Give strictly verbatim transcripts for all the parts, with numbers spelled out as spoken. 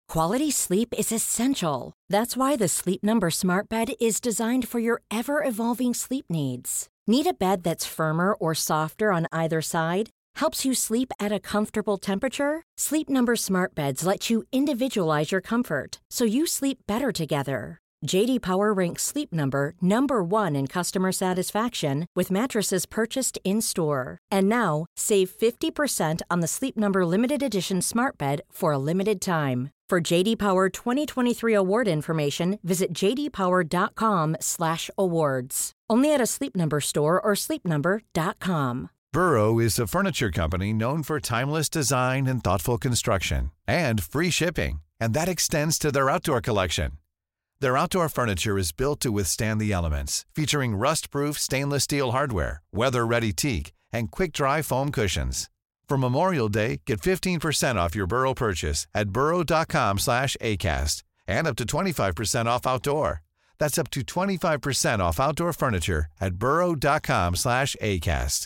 Quality sleep is essential. That's why the Sleep Number Smart Bed is designed for your ever-evolving sleep needs. Need a bed that's firmer or softer on either side? Helps you sleep at a comfortable temperature? Sleep Number Smart Beds let you individualize your comfort, so you sleep better together. J D Power ranks Sleep Number number one in customer satisfaction with mattresses purchased in-store. And now, save fifty percent on the Sleep Number Limited Edition Smart Bed for a limited time. For J D Power twenty twenty-three award information, visit j d power dot com slash awards. Only at a Sleep Number store or sleep number dot com. Burrow is a furniture company known for timeless design and thoughtful construction, and free shipping, and that extends to their outdoor collection. Their outdoor furniture is built to withstand the elements, featuring rust-proof stainless steel hardware, weather-ready teak, and quick-dry foam cushions. For Memorial Day, get fifteen percent off your Burrow purchase at burrow dot com slash acast, and up to twenty-five percent off outdoor. That's up to twenty-five percent off outdoor furniture at burrow dot com slash acast.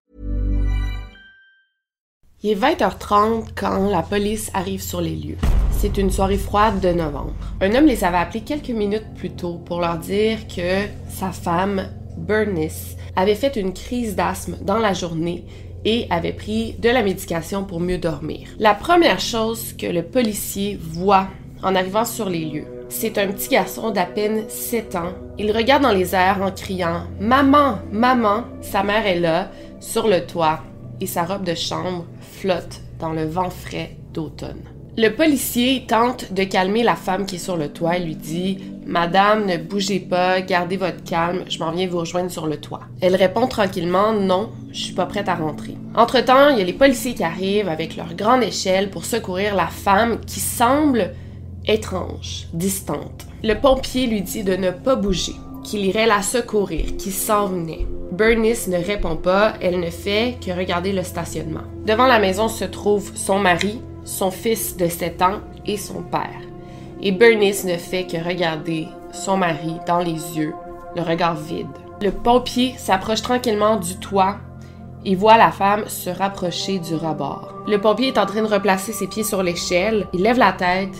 Il est vingt heures trente quand la police arrive sur les lieux. C'est une soirée froide de novembre. Un homme les avait appelés quelques minutes plus tôt pour leur dire que sa femme, Bernice, avait fait une crise d'asthme dans la journée et avait pris de la médication pour mieux dormir. La première chose que le policier voit en arrivant sur les lieux, c'est un petit garçon d'à peine sept ans. Il regarde dans les airs en criant « Maman! Maman! » Sa mère est là, sur le toit, et sa robe de chambre flotte dans le vent frais d'automne. Le policier tente de calmer la femme qui est sur le toit et lui dit « Madame, ne bougez pas, gardez votre calme, je m'en viens vous rejoindre sur le toit. » Elle répond tranquillement « Non, je suis pas prête à rentrer. » Entre-temps, il y a les policiers qui arrivent avec leur grande échelle pour secourir la femme qui semble étrange, distante. Le pompier lui dit de ne pas bouger, qu'il irait la secourir, qu'il s'en venait. Bernice ne répond pas, elle ne fait que regarder le stationnement. Devant la maison se trouve son mari, son fils de sept ans et son père. Et Bernice ne fait que regarder son mari dans les yeux, le regard vide. Le pompier s'approche tranquillement du toit et voit la femme se rapprocher du rebord. Le pompier est en train de replacer ses pieds sur l'échelle, il lève la tête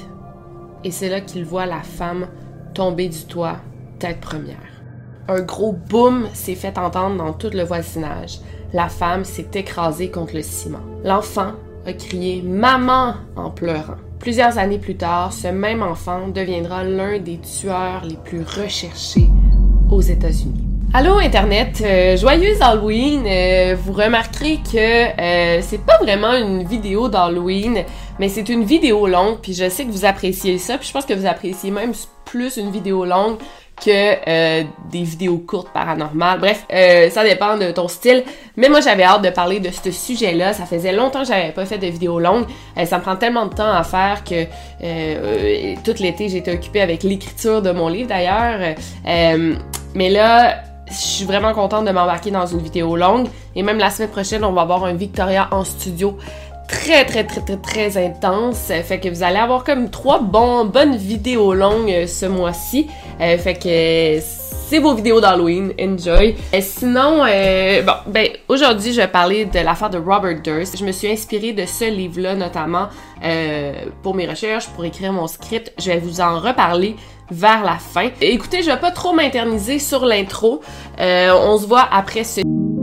et c'est là qu'il voit la femme tomber du toit, tête première. Un gros boom s'est fait entendre dans tout le voisinage. La femme s'est écrasée contre le ciment. L'enfant a crié « Maman !» en pleurant. Plusieurs années plus tard, ce même enfant deviendra l'un des tueurs les plus recherchés aux États-Unis. Allô Internet, euh, joyeuse Halloween! Euh, vous remarquerez que euh, c'est pas vraiment une vidéo d'Halloween, mais c'est une vidéo longue, puis je sais que vous appréciez ça, puis je pense que vous appréciez même plus une vidéo longue que euh, des vidéos courtes paranormales. Bref, euh, ça dépend de ton style. Mais moi, j'avais hâte de parler de ce sujet-là. Ça faisait longtemps que j'avais pas fait de vidéos longues. Euh, ça me prend tellement de temps à faire que euh, euh, tout l'été, j'ai été occupée avec l'écriture de mon livre, d'ailleurs. Euh, mais là, je suis vraiment contente de m'embarquer dans une vidéo longue. Et même la semaine prochaine, on va avoir un Victoria en studio très, très, très, très, très intense. Fait que vous allez avoir comme trois bons, bonnes vidéos longues euh, ce mois-ci. Euh, fait que euh, c'est vos vidéos d'Halloween. Enjoy. Et sinon, euh, bon, ben, aujourd'hui, je vais parler de l'affaire de Robert Durst. Je me suis inspirée de ce livre-là, notamment euh, pour mes recherches, pour écrire mon script. Je vais vous en reparler vers la fin. Écoutez, je vais pas trop m'interniser sur l'intro. Euh, on se voit après ce...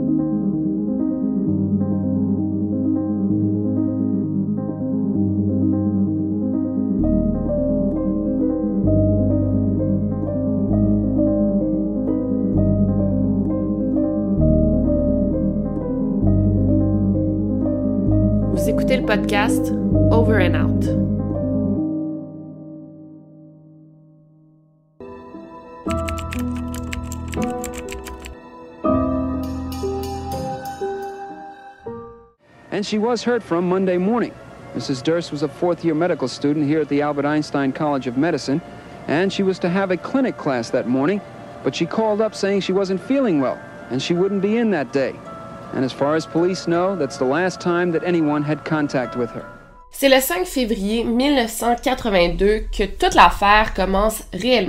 Vous écoutez le podcast Over and Out. And she was heard from Monday morning. Missus Durst was a fourth-year medical student here at the Albert Einstein College of Medicine, and she was to have a clinic class that morning, but she called up saying she wasn't feeling well, and she wouldn't be in that day. And as far as police know, that's the last time that anyone had contact with her. C'est le cinq février mille neuf cent quatre-vingt-deux que toute l'affaire commence réellement.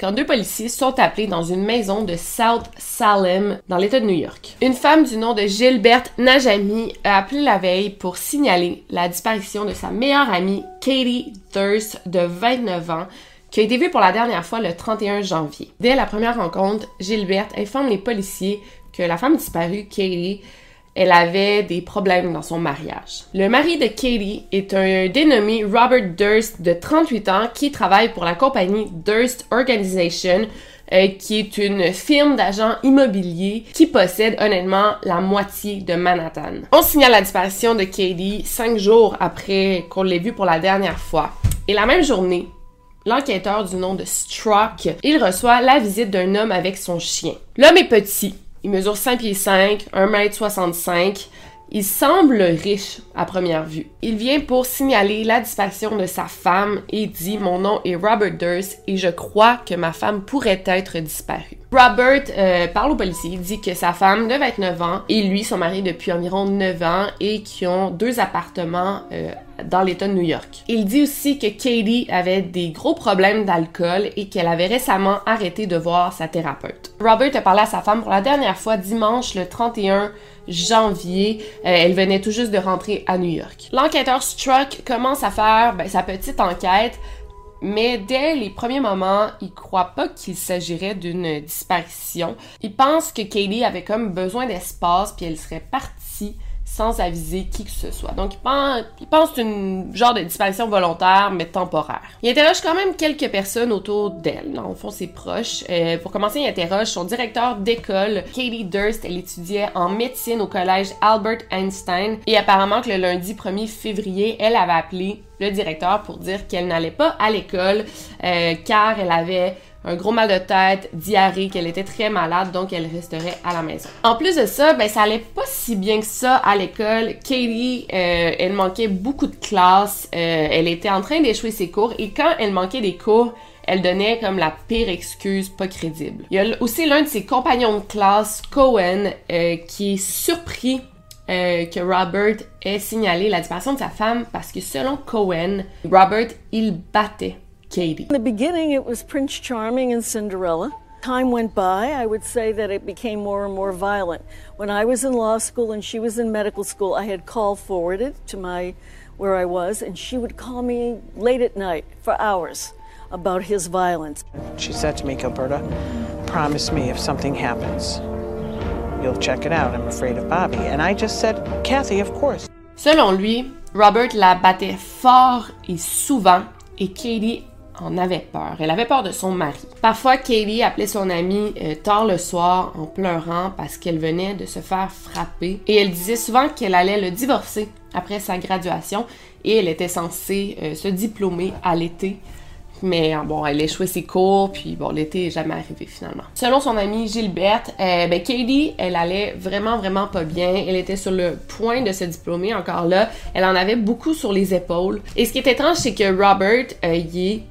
quand deux policiers sont appelés dans une maison de South Salem, dans l'État de New York. Une femme du nom de Gilberte Najami a appelé la veille pour signaler la disparition de sa meilleure amie, Katie Durst, de vingt-neuf ans, qui a été vue pour la dernière fois le trente et un janvier. Dès la première rencontre, Gilberte informe les policiers que la femme disparue, Katie, elle avait des problèmes dans son mariage. Le mari de Katie est un dénommé Robert Durst de trente-huit ans qui travaille pour la compagnie Durst Organization, euh, qui est une firme d'agents immobiliers qui possède honnêtement la moitié de Manhattan. On signale la disparition de Katie cinq jours après qu'on l'ait vue pour la dernière fois. Et la même journée, l'enquêteur du nom de Strzok, il reçoit la visite d'un homme avec son chien. L'homme est petit. Il mesure cinq pieds cinq, un mètre soixante-cinq. Il semble riche à première vue. Il vient pour signaler la disparition de sa femme et dit « Mon nom est Robert Durst et je crois que ma femme pourrait être disparue. » Robert euh, parle au policier, dit que sa femme de vingt-neuf ans et lui sont mariés depuis environ neuf ans et qui ont deux appartements euh, dans l'État de New York. Il dit aussi que Katie avait des gros problèmes d'alcool et qu'elle avait récemment arrêté de voir sa thérapeute. Robert a parlé à sa femme pour la dernière fois dimanche le trente et un janvier. Euh, elle venait tout juste de rentrer à New York. L'enquêteur Strzok commence à faire ben, sa petite enquête, mais dès les premiers moments, il croit pas qu'il s'agirait d'une disparition. Il pense que Katie avait comme besoin d'espace puis elle serait partie sans aviser qui que ce soit. Donc, il pense, il pense que c'est une genre de disparition volontaire, mais temporaire. Il interroge quand même quelques personnes autour d'elle, dans le fond, ses proches. Euh, pour commencer, il interroge son directeur d'école, Katie Durst. Elle étudiait en médecine au collège Albert Einstein. Et apparemment que le lundi premier février, elle avait appelé le directeur pour dire qu'elle n'allait pas à l'école, euh, car elle avait un gros mal de tête, diarrhée, qu'elle était très malade, donc elle resterait à la maison. En plus de ça, ben ça allait pas si bien que ça à l'école. Katie, euh, elle manquait beaucoup de classes, euh, elle était en train d'échouer ses cours, et quand elle manquait des cours, elle donnait comme la pire excuse pas crédible. Il y a aussi l'un de ses compagnons de classe, Cohen, euh, qui est surpris Euh, que Robert ait signalé la disparition de sa femme parce que selon Cohen, Robert, il battait Katie. In the beginning, it was Prince Charming and Cinderella. Time went by, I would say that it became more and more violent. When I was in law school and she was in medical school, I had call forwarded to my where I was, and she would call me late at night for hours about his violence. She said to me, Gilberta, promise me if something happens, you'll check it out. I'm afraid of Bobby. And I just said, Kathy, of course. Selon lui, Robert la battait fort et souvent, et Katie en avait peur. Elle avait peur de son mari. Parfois, Katie appelait son amie euh, tard le soir en pleurant parce qu'elle venait de se faire frapper. Et elle disait souvent qu'elle allait le divorcer après sa graduation et elle était censée euh, se diplômer à l'été. Mais bon, elle échouait ses cours, puis bon, l'été n'est jamais arrivé finalement. Selon son amie Gilberte, euh, ben Katie, elle allait vraiment, vraiment pas bien. Elle était sur le point de se diplômer, encore là. Elle en avait beaucoup sur les épaules. Et ce qui est étrange, c'est que Robert, euh, il est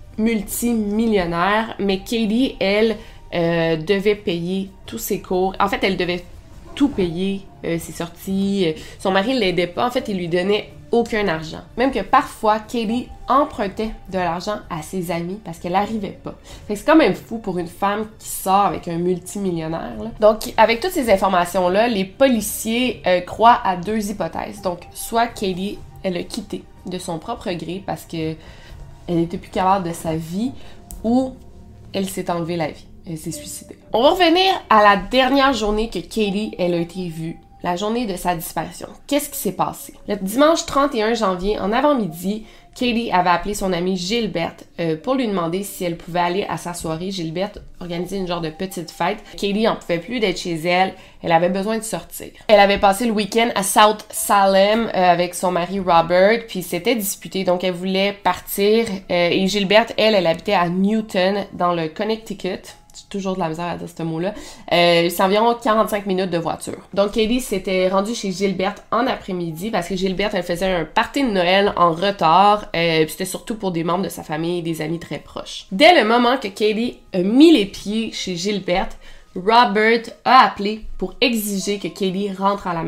multimillionnaire, mais Katie, elle, euh, devait payer tous ses cours. En fait, elle devait tout payer, euh, ses sorties. Son mari ne l'aidait pas. En fait, il lui donnait aucun argent. Même que parfois, Katie empruntait de l'argent à ses amis parce qu'elle n'arrivait pas. Fait que c'est quand même fou pour une femme qui sort avec un multimillionnaire, là. Donc, avec toutes ces informations-là, les policiers euh, croient à deux hypothèses. Donc, soit Katie, elle a quitté de son propre gré parce que elle n'était plus capable de sa vie, ou elle s'est enlevée la vie. Elle s'est suicidée. On va revenir à la dernière journée que Katie, elle a été vue. La journée de sa disparition. Qu'est-ce qui s'est passé? Le dimanche trente et un janvier, en avant-midi, Katie avait appelé son amie Gilberte euh, pour lui demander si elle pouvait aller à sa soirée. Gilberte organisait une genre de petite fête. Katie en pouvait plus d'être chez elle. Elle avait besoin de sortir. Elle avait passé le week-end à South Salem euh, avec son mari Robert, puis s'était disputée, donc elle voulait partir. Euh, et Gilberte, elle, elle habitait à Newton, dans le Connecticut. J'ai toujours de la misère à dire ce mot-là. Euh, c'est environ quarante-cinq minutes de voiture. Donc, Katie s'était rendue chez Gilberte en après-midi parce que Gilberte, elle faisait un party de Noël en retard. Euh, puis c'était surtout pour des membres de sa famille et des amis très proches. Dès le moment que Katie a mis les pieds chez Gilberte, Robert a appelé pour exiger que Katie rentre à la maison.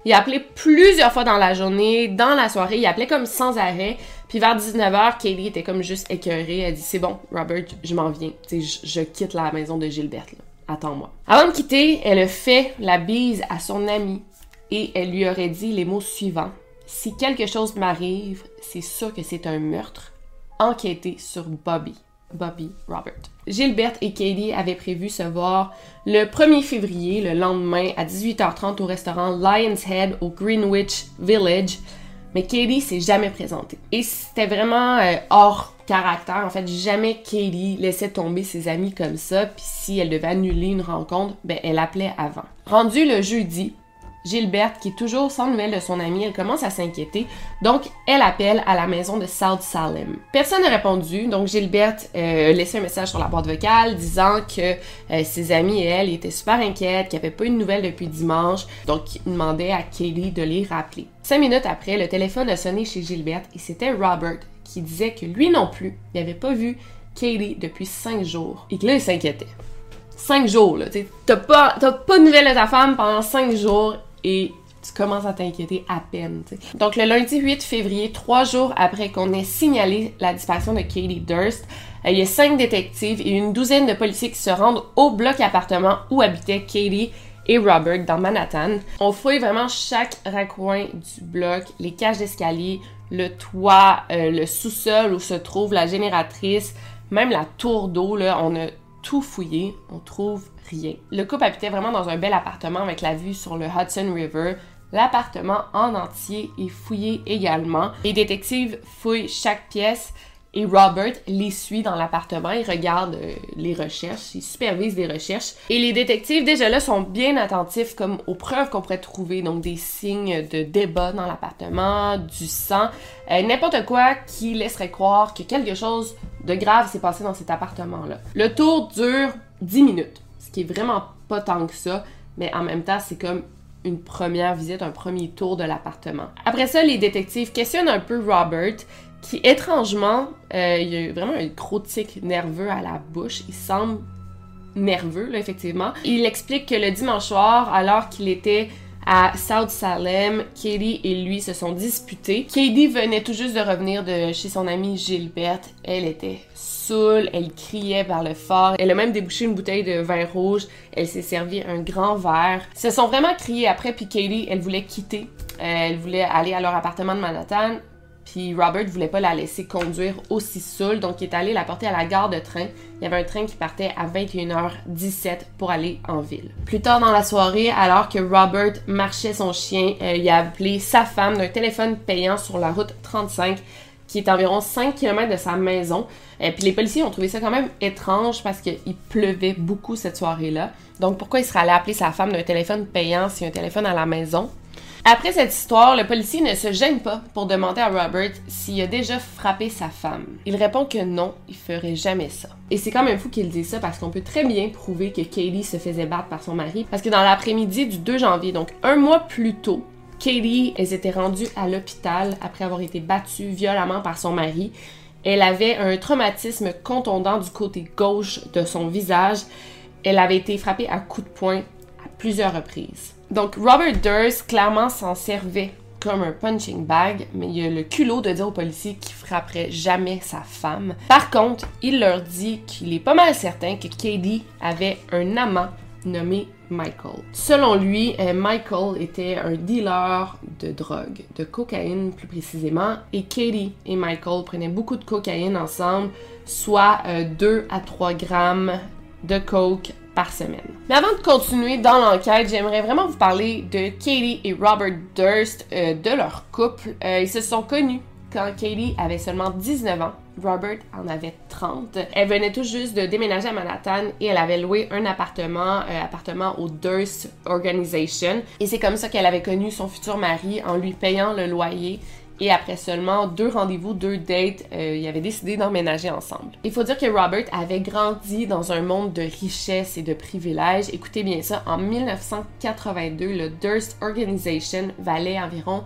Il a appelé plusieurs fois dans la journée, dans la soirée, il appelait comme sans arrêt. Puis vers dix-neuf heures, Katie était comme juste écœurée. Elle dit « C'est bon, Robert, je m'en viens. Tu sais, je, je quitte la maison de Gilberte, là. Attends-moi. » Avant de quitter, elle a fait la bise à son amie et elle lui aurait dit les mots suivants. « Si quelque chose m'arrive, c'est sûr que c'est un meurtre. Enquêtez sur Bobby. » Bobby Robert. Gilberte et Katie avaient prévu se voir le premier février, le lendemain, à dix-huit heures trente au restaurant Lion's Head au Greenwich Village, mais Katie s'est jamais présentée. Et c'était vraiment euh, hors caractère. En fait, jamais Katie laissait tomber ses amis comme ça, puis si elle devait annuler une rencontre, ben elle appelait avant. Rendu le jeudi, Gilberte, qui est toujours sans nouvelles de son amie, elle commence à s'inquiéter, donc elle appelle à la maison de South Salem. Personne n'a répondu, donc Gilberte euh, laissait un message sur la boîte vocale disant que euh, ses amis et elle étaient super inquiètes, qu'il n'y avait pas eu de nouvelles depuis dimanche, donc il demandait à Katie de les rappeler. Cinq minutes après, le téléphone a sonné chez Gilberte et c'était Robert qui disait que lui non plus, il n'avait pas vu Katie depuis cinq jours et que là, il s'inquiétait. Cinq jours, là, tu t'as pas, t'as pas de nouvelles de ta femme pendant cinq jours, et tu commences à t'inquiéter à peine, t'sais. Donc, le lundi huit février, trois jours après qu'on ait signalé la disparition de Katie Durst, euh, il y a cinq détectives et une douzaine de policiers qui se rendent au bloc appartement où habitaient Katie et Robert dans Manhattan. On fouille vraiment chaque raccoin du bloc, les cages d'escalier, le toit, euh, le sous-sol où se trouve la génératrice, même la tour d'eau, là, on a tout fouillé, on trouve rien. Le couple habitait vraiment dans un bel appartement avec la vue sur le Hudson River. L'appartement en entier est fouillé également. Les détectives fouillent chaque pièce et Robert les suit dans l'appartement. Il regarde euh, les recherches, il supervise les recherches. Et les détectives, déjà là, sont bien attentifs comme aux preuves qu'on pourrait trouver. Donc des signes de débat dans l'appartement, du sang, euh, n'importe quoi qui laisserait croire que quelque chose de grave s'est passé dans cet appartement-là. Le tour dure dix minutes, ce qui est vraiment pas tant que ça, mais en même temps, c'est comme une première visite, un premier tour de l'appartement. Après ça, les détectives questionnent un peu Robert, qui étrangement, euh, il a vraiment un gros tic nerveux à la bouche. Il semble nerveux, là, effectivement. Il explique que le dimanche soir, alors qu'il était à South Salem, Katie et lui se sont disputés. Katie venait tout juste de revenir de chez son amie Gilberte. Elle était saoule, elle criait par le fort. Elle a même débouché une bouteille de vin rouge. Elle s'est servi un grand verre. Ils se sont vraiment criés après, puis Katie, elle voulait quitter. Euh, elle voulait aller à leur appartement de Manhattan. Puis Robert voulait pas la laisser conduire aussi saoule, donc il est allé la porter à la gare de train. Il y avait un train qui partait à vingt et une heures dix-sept pour aller en ville. Plus tard dans la soirée, alors que Robert marchait son chien, euh, il a appelé sa femme d'un téléphone payant sur la route trente-cinq, qui est environ cinq kilomètres de sa maison. Et puis les policiers ont trouvé ça quand même étrange parce qu'il pleuvait beaucoup cette soirée-là. Donc pourquoi il serait allé appeler sa femme d'un téléphone payant s'il y a un téléphone à la maison? Après cette histoire, le policier ne se gêne pas pour demander à Robert s'il a déjà frappé sa femme. Il répond que non, il ferait jamais ça. Et c'est quand même fou qu'il dise ça parce qu'on peut très bien prouver que Katie se faisait battre par son mari parce que dans l'après-midi du deux janvier, donc un mois plus tôt, Katie, elle s'était rendue à l'hôpital après avoir été battue violemment par son mari. Elle avait un traumatisme contondant du côté gauche de son visage. Elle avait été frappée à coups de poing à plusieurs reprises. Donc, Robert Durst, clairement, s'en servait comme un punching bag, mais il a le culot de dire aux policiers qu'il frapperait jamais sa femme. Par contre, il leur dit qu'il est pas mal certain que Katie avait un amant nommé Michael. Selon lui, euh, Michael était un dealer de drogue, de cocaïne plus précisément, et Katie et Michael prenaient beaucoup de cocaïne ensemble, soit euh, deux à trois grammes de coke par semaine. Mais avant de continuer dans l'enquête, j'aimerais vraiment vous parler de Katie et Robert Durst, euh, de leur couple. Euh, ils se sont connus quand Katie avait seulement dix-neuf ans. Robert en avait trente. Elle venait tout juste de déménager à Manhattan et elle avait loué un appartement, euh, appartement au Durst Organization. Et c'est comme ça qu'elle avait connu son futur mari en lui payant le loyer. Et après seulement deux rendez-vous, deux dates, euh, ils avaient décidé d'emménager ensemble. Il faut dire que Robert avait grandi dans un monde de richesse et de privilèges. Écoutez bien ça, en mille neuf cent quatre-vingt-deux, le Durst Organization valait environ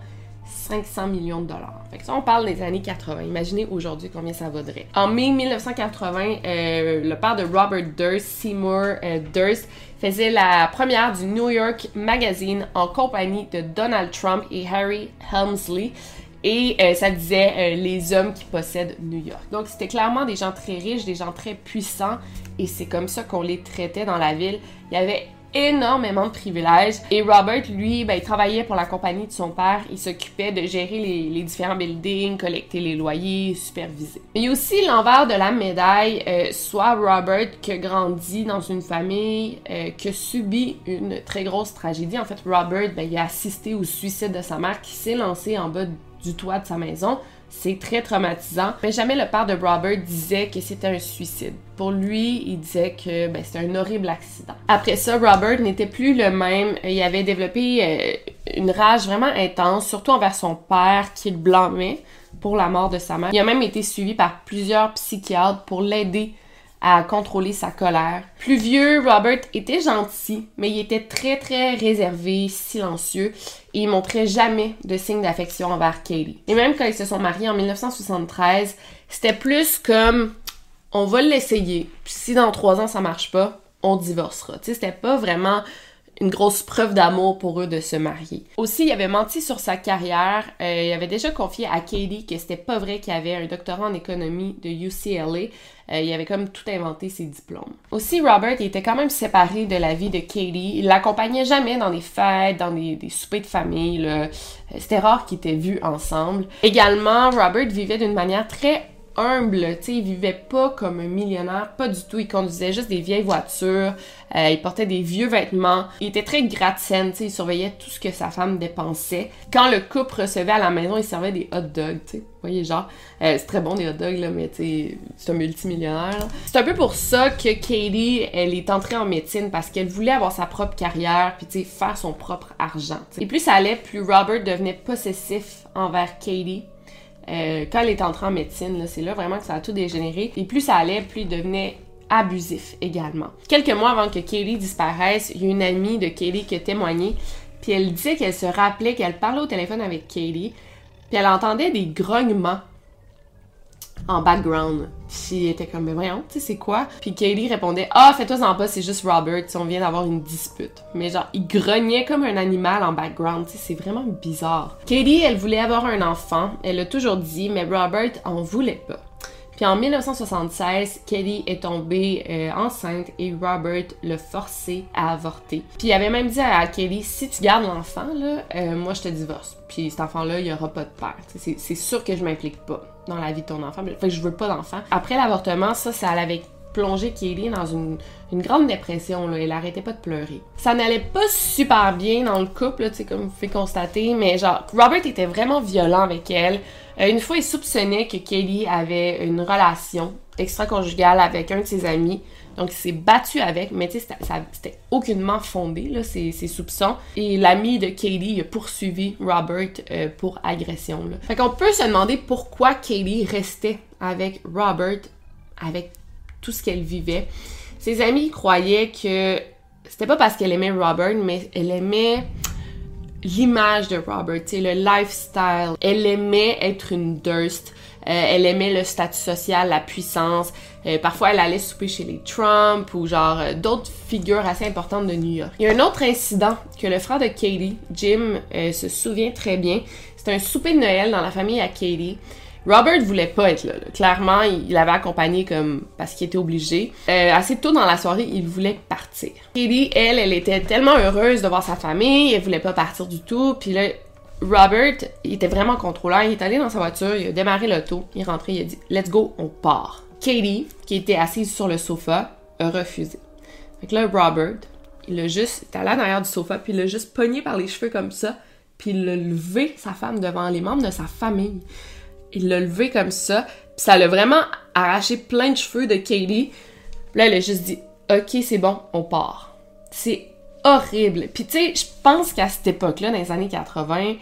cinq cents millions de dollars. Fait que ça, on parle des années quatre-vingts. Imaginez aujourd'hui combien ça vaudrait. En mai mille neuf cent quatre-vingts, euh, le père de Robert Durst, Seymour euh, Durst, faisait la première du New York Magazine en compagnie de Donald Trump et Harry Helmsley. Et euh, ça disait euh, les hommes qui possèdent New York. Donc c'était clairement des gens très riches, des gens très puissants. Et c'est comme ça qu'on les traitait dans la ville. Il y avait énormément de privilèges. Et Robert, lui, ben, il travaillait pour la compagnie de son père. Il s'occupait de gérer les, les différents buildings, collecter les loyers, superviser. Il y a aussi l'envers de la médaille, euh, soit Robert qui a grandi dans une famille euh, qui a subi une très grosse tragédie. En fait, Robert, ben, il a assisté au suicide de sa mère qui s'est lancée en bas du toit de sa maison. C'est très traumatisant. Mais jamais le père de Robert disait que c'était un suicide. Pour lui, il disait que ben, c'était un horrible accident. Après ça, Robert n'était plus le même. Il avait développé euh, une rage vraiment intense, surtout envers son père, qui le blâmait pour la mort de sa mère. Il a même été suivi par plusieurs psychiatres pour l'aider à contrôler sa colère. Plus vieux, Robert était gentil, mais il était très très réservé, silencieux, et il montrait jamais de signes d'affection envers Katie. Et même quand ils se sont mariés en mille neuf cent soixante-treize, c'était plus comme on va l'essayer, puis si dans trois ans ça marche pas, on divorcera. Tu sais, c'était pas vraiment une grosse preuve d'amour pour eux de se marier. Aussi, il avait menti sur sa carrière. Euh, il avait déjà confié à Katie que c'était pas vrai qu'il avait un doctorat en économie de U C L A. Euh, il avait comme tout inventé ses diplômes. Aussi, Robert il était quand même séparé de la vie de Katie. Il l'accompagnait jamais dans des fêtes, dans des, des soupers de famille, là. C'était rare qu'ils étaient vus ensemble. Également, Robert vivait d'une manière très humble, tu sais, il vivait pas comme un millionnaire, pas du tout, il conduisait juste des vieilles voitures, euh, il portait des vieux vêtements, il était très gratte-scène, tu sais, il surveillait tout ce que sa femme dépensait. Quand le couple recevait à la maison, il servait des hot dogs, tu sais, vous voyez, genre, euh, c'est très bon des hot dogs, là, mais tu sais, c'est un multimillionnaire, là. C'est un peu pour ça que Katie, elle est entrée en médecine, parce qu'elle voulait avoir sa propre carrière, puis tu sais, faire son propre argent, t'sais. Et plus ça allait, plus Robert devenait possessif envers Katie. Euh, quand elle est entrée en médecine, là, c'est là vraiment que ça a tout dégénéré. Et plus ça allait, plus il devenait abusif également. Quelques mois avant que Katie disparaisse, il y a une amie de Katie qui a témoigné, puis elle disait qu'elle se rappelait qu'elle parlait au téléphone avec Katie, puis elle entendait des grognements en background. Puis elle était comme, mais voyons, tu sais, c'est quoi? Puis Katie répondait, ah, fais-toi-en pas, c'est juste Robert, tu sais, on vient d'avoir une dispute. Mais genre, il grognait comme un animal en background, tu sais, c'est vraiment bizarre. Katie, elle voulait avoir un enfant, elle l'a toujours dit, mais Robert en voulait pas. Puis en mille neuf cent soixante-seize, Katie est tombée euh, enceinte et Robert l'a forcée à avorter. Puis il avait même dit à Katie, si tu gardes l'enfant, là, euh, moi je te divorce. Puis cet enfant-là, il y aura pas de père. C'est, c'est sûr que je m'implique pas dans la vie de ton enfant. Fait que je veux pas d'enfant. Après l'avortement, ça, ça l'avait plongé Katie dans une, une grande dépression, là. Elle arrêtait pas de pleurer. Ça n'allait pas super bien dans le couple, là, tu sais, comme vous pouvez constater, mais genre, Robert était vraiment violent avec elle. Euh, une fois, il soupçonnait que Katie avait une relation extra-conjugale avec un de ses amis. Donc, il s'est battu avec, mais tu sais, c'était, c'était aucunement fondé, là, ces, ces soupçons. Et l'ami de Katie a poursuivi Robert euh, pour agression, là. Fait qu'on peut se demander pourquoi Katie restait avec Robert, avec tout ce qu'elle vivait. Ses amis croyaient que c'était pas parce qu'elle aimait Robert, mais elle aimait l'image de Robert, tu sais, le lifestyle. Elle aimait être une Durst. Euh, elle aimait le statut social, la puissance. Euh, parfois, elle allait souper chez les Trump ou genre euh, d'autres figures assez importantes de New York. Il y a un autre incident que le frère de Katie, Jim, euh, se souvient très bien. C'était un souper de Noël dans la famille à Katie. Robert voulait pas être là, là. Clairement, il l'avait accompagné comme parce qu'il était obligé. Euh, assez tôt dans la soirée, il voulait partir. Katie, elle, elle était tellement heureuse de voir sa famille, elle voulait pas partir du tout. Puis là, Robert, il était vraiment contrôlant. Il est allé dans sa voiture, il a démarré l'auto, il est rentré, il a dit « Let's go, on part ». Katie, qui était assise sur le sofa, a refusé. Fait que là, Robert, il a juste, il était allé en arrière du sofa, puis il l'a juste pogné par les cheveux comme ça, puis il a levé sa femme devant les membres de sa famille. Il l'a levé comme ça, puis ça l'a vraiment arraché plein de cheveux de Katie. Puis là, elle a juste dit « Ok, c'est bon, on part ». C'est horrible. Puis tu sais, je pense qu'à cette époque-là, dans les années quatre-vingts,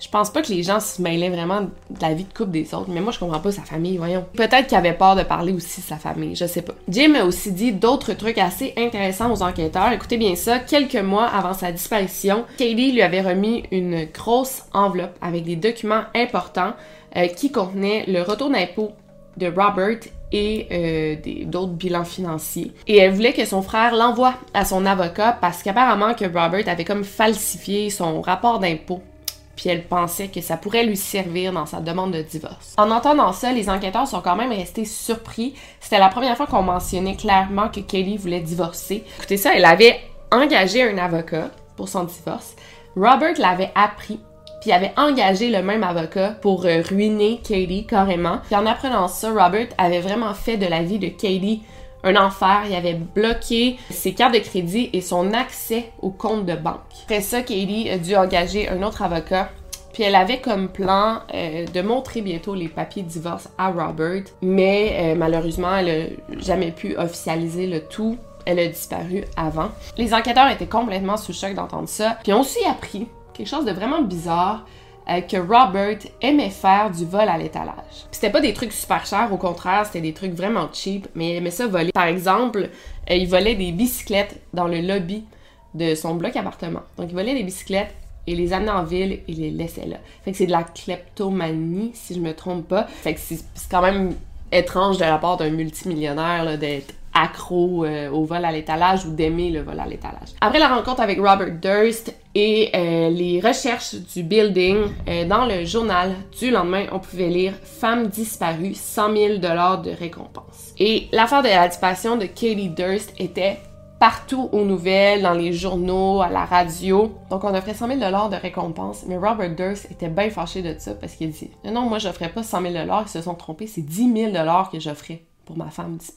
Je pense pas que les gens se mêlaient vraiment de la vie de couple des autres, mais moi je comprends pas sa famille, voyons. Peut-être qu'il avait peur de parler aussi de sa famille, je sais pas. Jim a aussi dit d'autres trucs assez intéressants aux enquêteurs. Écoutez bien ça, quelques mois avant sa disparition, Katie lui avait remis une grosse enveloppe avec des documents importants euh, qui contenaient le retour d'impôt de Robert et euh, des, d'autres bilans financiers. Et elle voulait que son frère l'envoie à son avocat parce qu'apparemment que Robert avait comme falsifié son rapport d'impôt. Puis elle pensait que ça pourrait lui servir dans sa demande de divorce. En entendant ça, les enquêteurs sont quand même restés surpris. C'était la première fois qu'on mentionnait clairement que Katie voulait divorcer. Écoutez ça, elle avait engagé un avocat pour son divorce. Robert l'avait appris, puis avait engagé le même avocat pour euh, ruiner Katie carrément. Puis en apprenant ça, Robert avait vraiment fait de la vie de Katie un enfer. Il avait bloqué ses cartes de crédit et son accès au compte de banque. Après ça, Katie a dû engager un autre avocat. Puis elle avait comme plan euh, de montrer bientôt les papiers de divorce à Robert. Mais euh, malheureusement, elle n'a jamais pu officialiser le tout. Elle a disparu avant. Les enquêteurs étaient complètement sous le choc d'entendre ça. Puis ont aussi appris quelque chose de vraiment bizarre. Euh, que Robert aimait faire du vol à l'étalage. Puis c'était pas des trucs super chers, au contraire, c'était des trucs vraiment cheap, mais il aimait ça voler. Par exemple, euh, il volait des bicyclettes dans le lobby de son bloc appartement. Donc il volait des bicyclettes et les amenait en ville et les laissait là. Fait que c'est de la kleptomanie, si je me trompe pas. Fait que c'est, c'est quand même étrange de la part d'un multimillionnaire là, d'être accro euh, au vol à l'étalage ou d'aimer le vol à l'étalage. Après la rencontre avec Robert Durst et euh, les recherches du building, euh, dans le journal du lendemain, on pouvait lire « Femme disparue, cent mille dollars de récompense ». Et l'affaire de la disparition de Katie Durst était partout aux nouvelles, dans les journaux, à la radio. Donc on offrait cent mille dollars de récompense, mais Robert Durst était bien fâché de ça parce qu'il dit « Non, moi j'offrais pas cent mille dollars, ils se sont trompés, c'est dix mille dollars que j'offrais pour ma femme disparue ».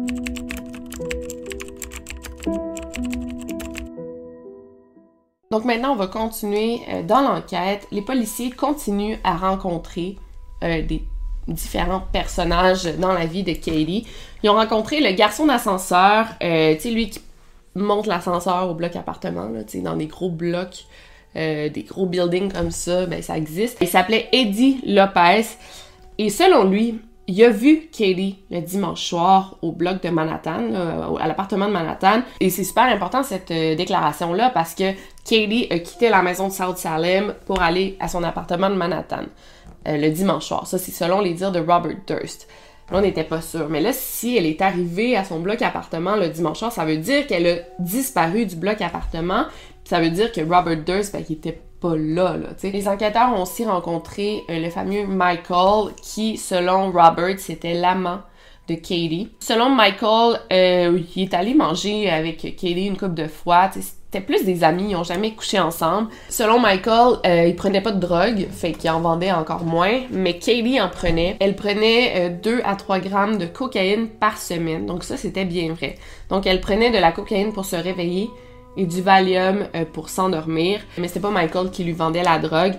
Donc maintenant, on va continuer euh, dans l'enquête. Les policiers continuent à rencontrer euh, des différents personnages dans la vie de Katie. Ils ont rencontré le garçon d'ascenseur, euh, tu sais, lui qui monte l'ascenseur au bloc appartement, là, tu sais, dans des gros blocs, euh, des gros buildings comme ça, ben ça existe. Il s'appelait Eddie Lopez. Et selon lui, il a vu Katie le dimanche soir au bloc de Manhattan, là, à l'appartement de Manhattan. Et c'est super important cette euh, déclaration-là parce que Katie a quitté la maison de South Salem pour aller à son appartement de Manhattan euh, le dimanche soir. Ça, c'est selon les dires de Robert Durst. Là, on n'était pas sûr. Mais là, si elle est arrivée à son bloc appartement le dimanche soir, ça veut dire qu'elle a disparu du bloc appartement. Puis ça veut dire que Robert Durst, ben, il était pas là, là, tu sais. Les enquêteurs ont aussi rencontré euh, le fameux Michael, qui, selon Robert, c'était l'amant de Katie. Selon Michael, euh, il est allé manger avec Katie une couple de fois, tu sais, c'était plus des amis, ils ont jamais couché ensemble. Selon Michael, euh, il prenait pas de drogue, fait qu'il en vendait encore moins, mais Katie en prenait. Elle prenait euh, deux à trois grammes de cocaïne par semaine, donc ça, c'était bien vrai. Donc, elle prenait de la cocaïne pour se réveiller, et du Valium euh, pour s'endormir. Mais c'était pas Michael qui lui vendait la drogue.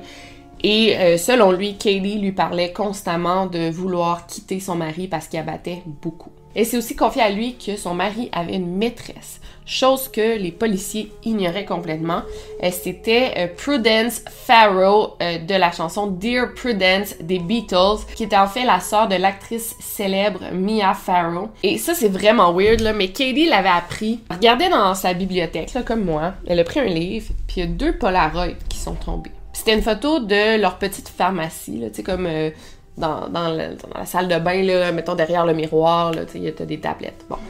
Et euh, selon lui, Katie lui parlait constamment de vouloir quitter son mari parce qu'il abattait beaucoup. Et c'est aussi confié à lui que son mari avait une maîtresse, chose que les policiers ignoraient complètement. Euh, c'était euh, Prudence Farrow euh, de la chanson Dear Prudence des Beatles, qui était en fait la sœur de l'actrice célèbre Mia Farrow. Et ça, c'est vraiment weird, là, mais Katie l'avait appris. Elle regardait dans sa bibliothèque, là, comme moi. Elle a pris un livre, puis il y a deux Polaroids qui sont tombés. C'était une photo de leur petite pharmacie, là, tu sais, comme... Euh, Dans, dans, le, dans la salle de bain, là, mettons derrière le miroir, là, tu sais, t'as des tablettes. Bon.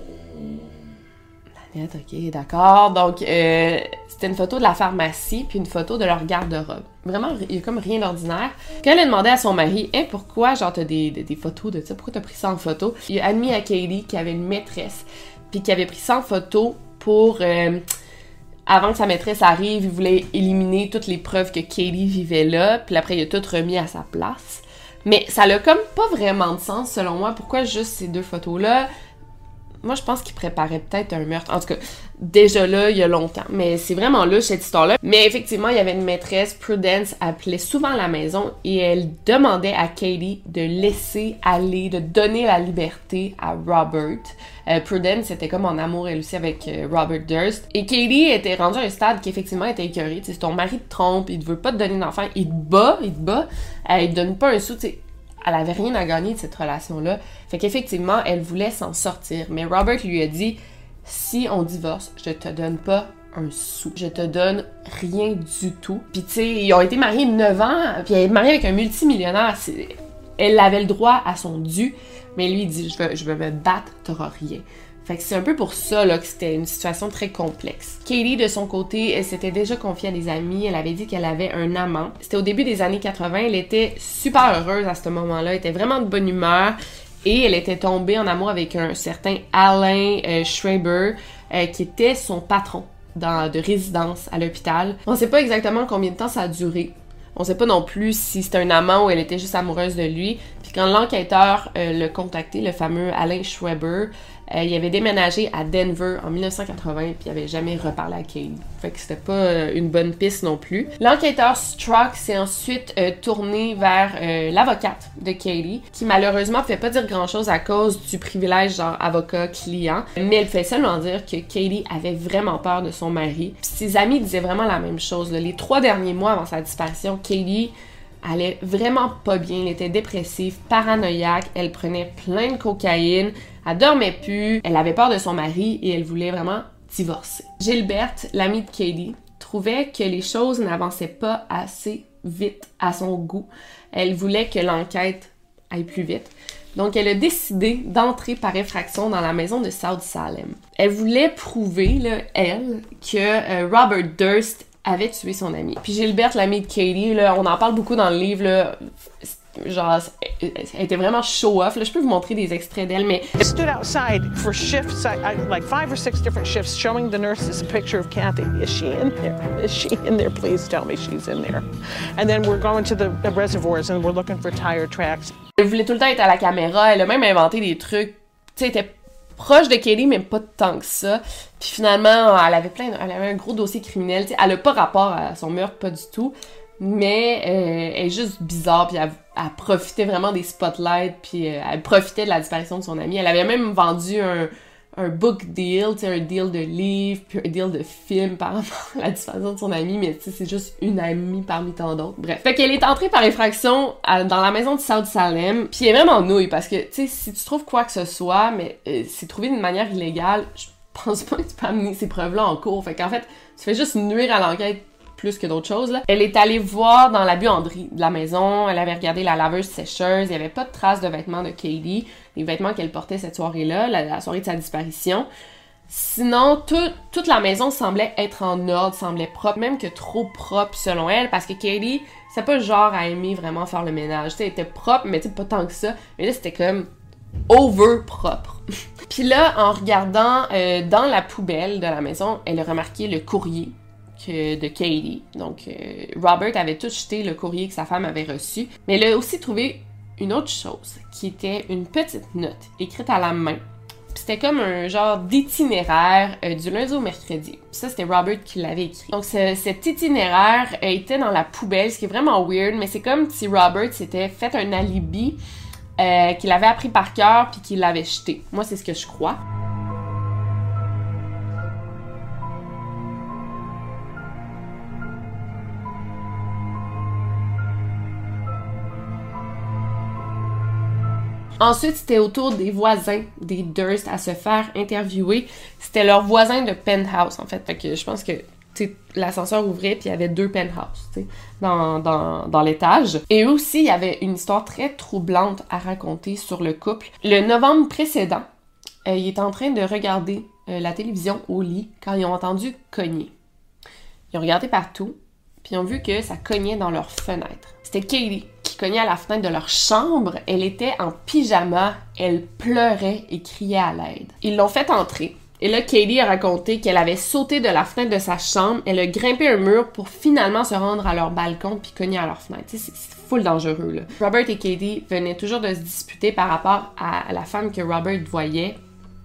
Nanette, ok, d'accord. Donc, euh, c'était une photo de la pharmacie, puis une photo de leur garde-robe. Vraiment, il y a comme rien d'ordinaire. Quand elle a demandé à son mari, hein, pourquoi, genre, t'as des, des, des photos de ça, pourquoi t'as pris ça en photo? Il a admis à Katie qu'il avait une maîtresse, puis qu'il avait pris ça en photo pour... Euh, avant que sa maîtresse arrive, il voulait éliminer toutes les preuves que Katie vivait là, puis après, il a tout remis à sa place. Mais ça n'a comme pas vraiment de sens, selon moi. Pourquoi juste ces deux photos-là? Moi, je pense qu'il préparait peut-être un meurtre. En tout cas, déjà là, il y a longtemps. Mais c'est vraiment louche, cette histoire-là. Mais effectivement, il y avait une maîtresse, Prudence, appelait souvent la maison et elle demandait à Katie de laisser aller, de donner la liberté à Robert. Euh, Prudence était comme en amour, elle aussi, avec euh, Robert Durst. Et Katie était rendue à un stade qui, effectivement, était écœurée. Tu sais, ton mari te trompe, il te veut pas te donner d'enfant, il te bat, il te bat, euh, il te donne pas un sou, tu sais. Elle avait rien à gagner de cette relation-là. Fait qu'effectivement, elle voulait s'en sortir. Mais Robert lui a dit, si on divorce, je te donne pas un sou. Je te donne rien du tout. Puis tu sais, ils ont été mariés neuf ans, puis elle est mariée avec un multimillionnaire. Elle avait le droit à son dû, mais lui, il dit, je veux, je veux me battre, t'auras rien. Fait que c'est un peu pour ça là, que c'était une situation très complexe. Katie, de son côté, elle s'était déjà confiée à des amis. Elle avait dit qu'elle avait un amant. C'était au début des années quatre-vingts. Elle était super heureuse à ce moment-là. Elle était vraiment de bonne humeur. Et elle était tombée en amour avec un certain Alain euh, Schreiber, euh, qui était son patron dans, de résidence à l'hôpital. On sait pas exactement combien de temps ça a duré. On sait pas non plus si c'était un amant ou elle était juste amoureuse de lui. Puis quand l'enquêteur euh, l'a contacté, le fameux Alain Schreiber, euh, il avait déménagé à Denver en dix-neuf cent quatre-vingts puis il avait jamais reparlé à Katie. Fait que c'était pas euh, une bonne piste non plus. L'enquêteur Strzok s'est ensuite euh, tourné vers euh, l'avocate de Katie, qui malheureusement pouvait pas dire grand-chose à cause du privilège genre avocat-client, mais elle fait seulement dire que Katie avait vraiment peur de son mari. Puis ses amis disaient vraiment la même chose. Là. Les trois derniers mois avant sa disparition, Katie allait vraiment pas bien, elle était dépressive, paranoïaque, elle prenait plein de cocaïne, elle dormait plus, elle avait peur de son mari et elle voulait vraiment divorcer. Gilberte, l'amie de Katie, trouvait que les choses n'avançaient pas assez vite à son goût. Elle voulait que l'enquête aille plus vite. Donc, elle a décidé d'entrer par effraction dans la maison de South Salem. Elle voulait prouver, là, elle, que euh, Robert Durst avait tué son ami. Puis Gilberte, l'amie de Katie, là, on en parle beaucoup dans le livre, là, genre, elle était vraiment show-off. Là, je peux vous montrer des extraits d'elle, mais... I stood outside for shifts, I, I, like five or six different shifts, showing the nurses a picture of Kathy. Is she in there? Is she in there? Please tell me she's in there. And then we're going to the, the reservoirs and we're looking for tire tracks. Elle voulait tout le temps être à la caméra. Elle a même inventé des trucs, tu sais, elle était proche de Katie, mais pas tant que ça. Puis finalement, elle avait plein, de, elle avait un gros dossier criminel. Tu sais, elle a pas rapport à son meurtre, pas du tout. Mais euh, elle est juste bizarre, puis elle, elle profitait vraiment des spotlights, puis euh, elle profitait de la disparition de son ami. Elle avait même vendu un, un book deal, tu sais, un deal de livre, puis un deal de film par rapport à la disparition de son ami, mais tu sais, c'est juste une amie parmi tant d'autres. Bref. Fait qu'elle est entrée par effraction à, dans la maison de South Salem, puis elle est vraiment nouille, parce que, tu sais, si tu trouves quoi que ce soit, mais euh, c'est trouvé d'une manière illégale, je pense pas que tu peux amener ces preuves-là en cours. Fait qu'en fait, tu fais juste nuire à l'enquête plus que d'autres choses, là. Elle est allée voir dans la buanderie de la maison, elle avait regardé la laveuse sécheuse, il n'y avait pas de traces de vêtements de Katie, les vêtements qu'elle portait cette soirée-là, la, la soirée de sa disparition. Sinon, tout, toute la maison semblait être en ordre, semblait propre, même que trop propre selon elle, parce que Katie, c'est pas le genre à aimer vraiment faire le ménage. Tu sais, elle était propre, mais tu sais, pas tant que ça. Mais là, c'était comme over propre. Puis là, en regardant euh, dans la poubelle de la maison, elle a remarqué le courrier que de Katie. Donc, euh, Robert avait tout jeté le courrier que sa femme avait reçu. Mais elle a aussi trouvé une autre chose, qui était une petite note écrite à la main. Puis c'était comme un genre d'itinéraire euh, du lundi au mercredi. Ça, c'était Robert qui l'avait écrit. Donc, ce, cet itinéraire euh, était dans la poubelle, ce qui est vraiment weird, mais c'est comme si Robert s'était fait un alibi euh, qu'il avait appris par cœur puis qu'il l'avait jeté. Moi, c'est ce que je crois. Ensuite, c'était au tour des voisins des Durst à se faire interviewer. C'était leurs voisins de penthouse, en fait. Fait que je pense que, tu sais, l'ascenseur ouvrait puis il y avait deux penthouses, tu sais, dans, dans, dans l'étage. Et eux aussi, il y avait une histoire très troublante à raconter sur le couple. Le novembre précédent, euh, il était en train de regarder euh, la télévision au lit quand ils ont entendu cogner. Ils ont regardé partout, puis ils ont vu que ça cognait dans leur fenêtre. C'était Katie qui cognait à la fenêtre de leur chambre. Elle était en pyjama, elle pleurait et criait à l'aide. Ils l'ont fait entrer. Et là, Katie a raconté qu'elle avait sauté de la fenêtre de sa chambre, elle a grimpé un mur pour finalement se rendre à leur balcon puis cogner à leur fenêtre. Tu sais, c'est full dangereux, là. Robert et Katie venaient toujours de se disputer par rapport à la femme que Robert voyait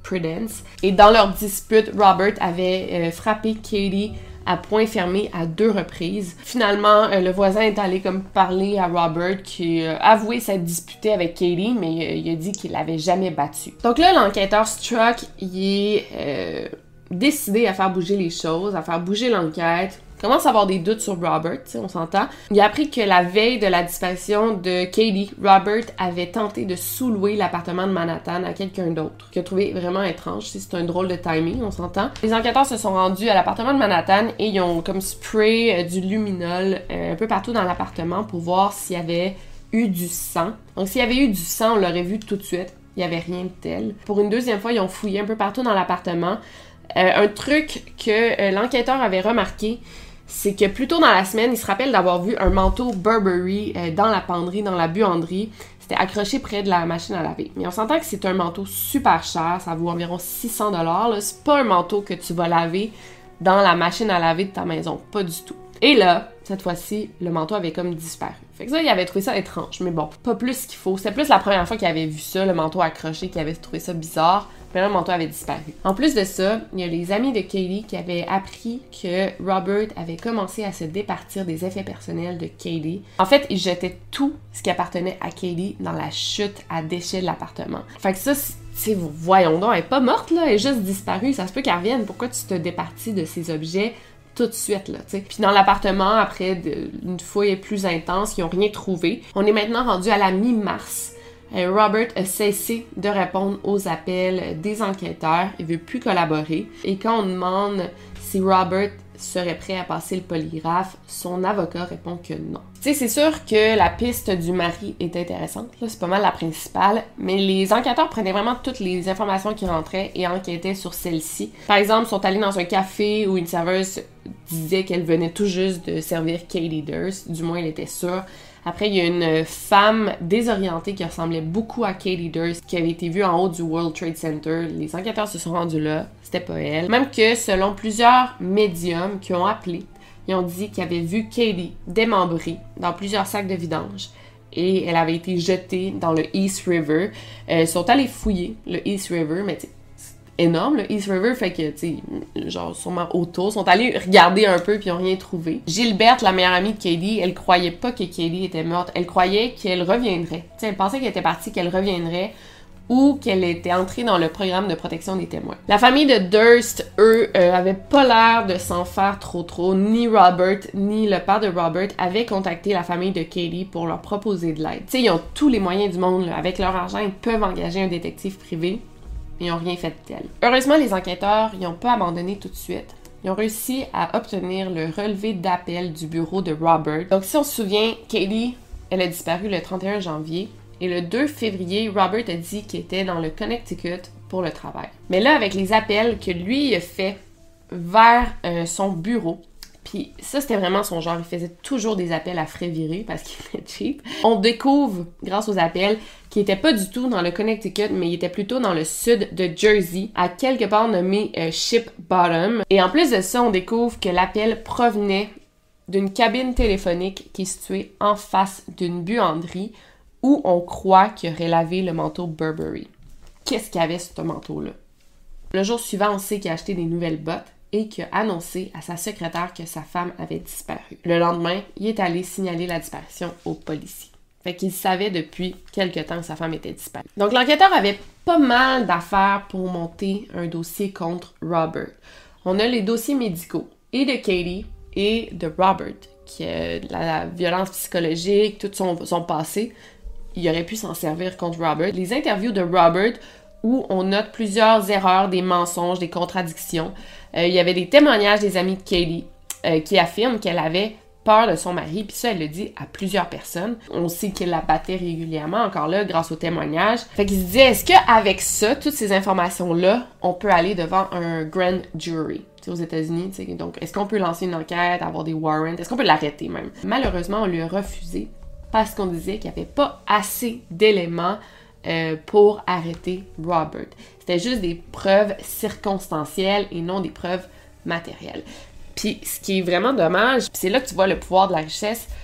Prudence. Et dans leur dispute, Robert avait euh, frappé Katie à poing fermé à deux reprises. Finalement, euh, le voisin est allé comme parler à Robert qui a euh, avoué s'être disputé avec Katie, mais euh, il a dit qu'il l'avait jamais battu. Donc là, l'enquêteur Struck, il est euh, décidé à faire bouger les choses, à faire bouger l'enquête. Il commence à avoir des doutes sur Robert, on s'entend. Il a appris que la veille de la disparition de Katie, Robert avait tenté de sous-louer l'appartement de Manhattan à quelqu'un d'autre, qu'il a trouvé vraiment étrange. C'est un drôle de timing, on s'entend. Les enquêteurs se sont rendus à l'appartement de Manhattan et ils ont comme spray euh, du luminol euh, un peu partout dans l'appartement pour voir s'il y avait eu du sang. Donc s'il y avait eu du sang, on l'aurait vu tout de suite. Il n'y avait rien de tel. Pour une deuxième fois, ils ont fouillé un peu partout dans l'appartement. Euh, un truc que euh, l'enquêteur avait remarqué, c'est que plus tôt dans la semaine, il se rappelle d'avoir vu un manteau Burberry euh, dans la penderie, dans la buanderie. C'était accroché près de la machine à laver. Mais on s'entend que c'est un manteau super cher, ça vaut environ six cents dollars. C'est pas un manteau que tu vas laver dans la machine à laver de ta maison, pas du tout. Et là, cette fois-ci, le manteau avait comme disparu. Fait que ça, il avait trouvé ça étrange, mais bon, pas plus qu'il faut. C'était plus la première fois qu'il avait vu ça, le manteau accroché, qu'il avait trouvé ça bizarre. Mais là, le manteau avait disparu. En plus de ça, il y a les amis de Katie qui avaient appris que Robert avait commencé à se départir des effets personnels de Katie. En fait, il jetait tout ce qui appartenait à Katie dans la chute à déchets de l'appartement. Fait que ça, c'est, voyons donc, elle est pas morte, là, elle est juste disparue. Ça se peut qu'elle revienne. Pourquoi tu te départis de ces objets tout de suite, là, tu sais. Puis dans l'appartement, après de, une fouille plus intense, ils n'ont rien trouvé. On est maintenant rendu à la mi-mars. Robert a cessé de répondre aux appels des enquêteurs, il veut plus collaborer. Et quand on demande si Robert serait prêt à passer le polygraphe, son avocat répond que non. Tu sais, c'est sûr que la piste du mari est intéressante, là, c'est pas mal la principale, mais les enquêteurs prenaient vraiment toutes les informations qui rentraient et enquêtaient sur celles-ci. Par exemple, ils sont allés dans un café où une serveuse disait qu'elle venait tout juste de servir Katie Durst, du moins elle était sûre. Après, il y a une femme désorientée qui ressemblait beaucoup à Katie Durst, qui avait été vue en haut du World Trade Center. Les enquêteurs se sont rendus là, c'était pas elle. Même que, selon plusieurs médiums qui ont appelé, ils ont dit qu'ils avaient vu Katie démembrée dans plusieurs sacs de vidange. Et elle avait été jetée dans le East River. Euh, ils sont allés fouiller le East River, mais tu sais, énorme, le East River, fait que, tu sais, genre, sûrement autour, sont allés regarder un peu puis ils ont rien trouvé. Gilberte, la meilleure amie de Katie, elle croyait pas que Katie était morte, elle croyait qu'elle reviendrait. Tu sais, elle pensait qu'elle était partie, qu'elle reviendrait, ou qu'elle était entrée dans le programme de protection des témoins. La famille de Durst, eux, euh, avaient pas l'air de s'en faire trop trop, ni Robert, ni le père de Robert avaient contacté la famille de Katie pour leur proposer de l'aide. Tu sais, ils ont tous les moyens du monde, là. Avec leur argent, ils peuvent engager un détective privé. Ils n'ont rien fait de tel. Heureusement, les enquêteurs n'ont pas abandonné tout de suite. Ils ont réussi à obtenir le relevé d'appel du bureau de Robert. Donc, si on se souvient, Katie, elle a disparu le trente et un janvier. Et le deux février, Robert a dit qu'il était dans le Connecticut pour le travail. Mais là, avec les appels que lui a fait vers euh, son bureau, puis ça, c'était vraiment son genre. Il faisait toujours des appels à frais virés parce qu'il était cheap. On découvre, grâce aux appels, qu'il était pas du tout dans le Connecticut, mais il était plutôt dans le sud de Jersey, à quelque part nommé euh, Ship Bottom. Et en plus de ça, on découvre que l'appel provenait d'une cabine téléphonique qui est située en face d'une buanderie où on croit qu'il aurait lavé le manteau Burberry. Qu'est-ce qu'il y avait sur ce manteau-là? Le jour suivant, on sait qu'il a acheté des nouvelles bottes et qu'il a annoncé à sa secrétaire que sa femme avait disparu. Le lendemain, il est allé signaler la disparition aux policiers. Fait qu'il savait depuis quelque temps que sa femme était disparue. Donc l'enquêteur avait pas mal d'affaires pour monter un dossier contre Robert. On a les dossiers médicaux et de Katie et de Robert, qui a la, la violence psychologique, tout son, son passé. Il aurait pu s'en servir contre Robert. Les interviews de Robert, où on note plusieurs erreurs, des mensonges, des contradictions. Euh, il y avait des témoignages des amis de Katie euh, qui affirment qu'elle avait peur de son mari, puis ça, elle le dit à plusieurs personnes. On sait qu'elle la battait régulièrement, encore là, grâce aux témoignages. Fait qu'il se disait, est-ce qu'avec ça, toutes ces informations-là, on peut aller devant un grand jury? T'sais, aux États-Unis, t'sais, donc est-ce qu'on peut lancer une enquête, avoir des warrants? Est-ce qu'on peut l'arrêter même? Malheureusement, on lui a refusé parce qu'on disait qu'il n'y avait pas assez d'éléments Euh, pour arrêter Robert. C'était juste des preuves circonstancielles et non des preuves matérielles. Puis ce qui est vraiment dommage, c'est là que tu vois le pouvoir de la richesse,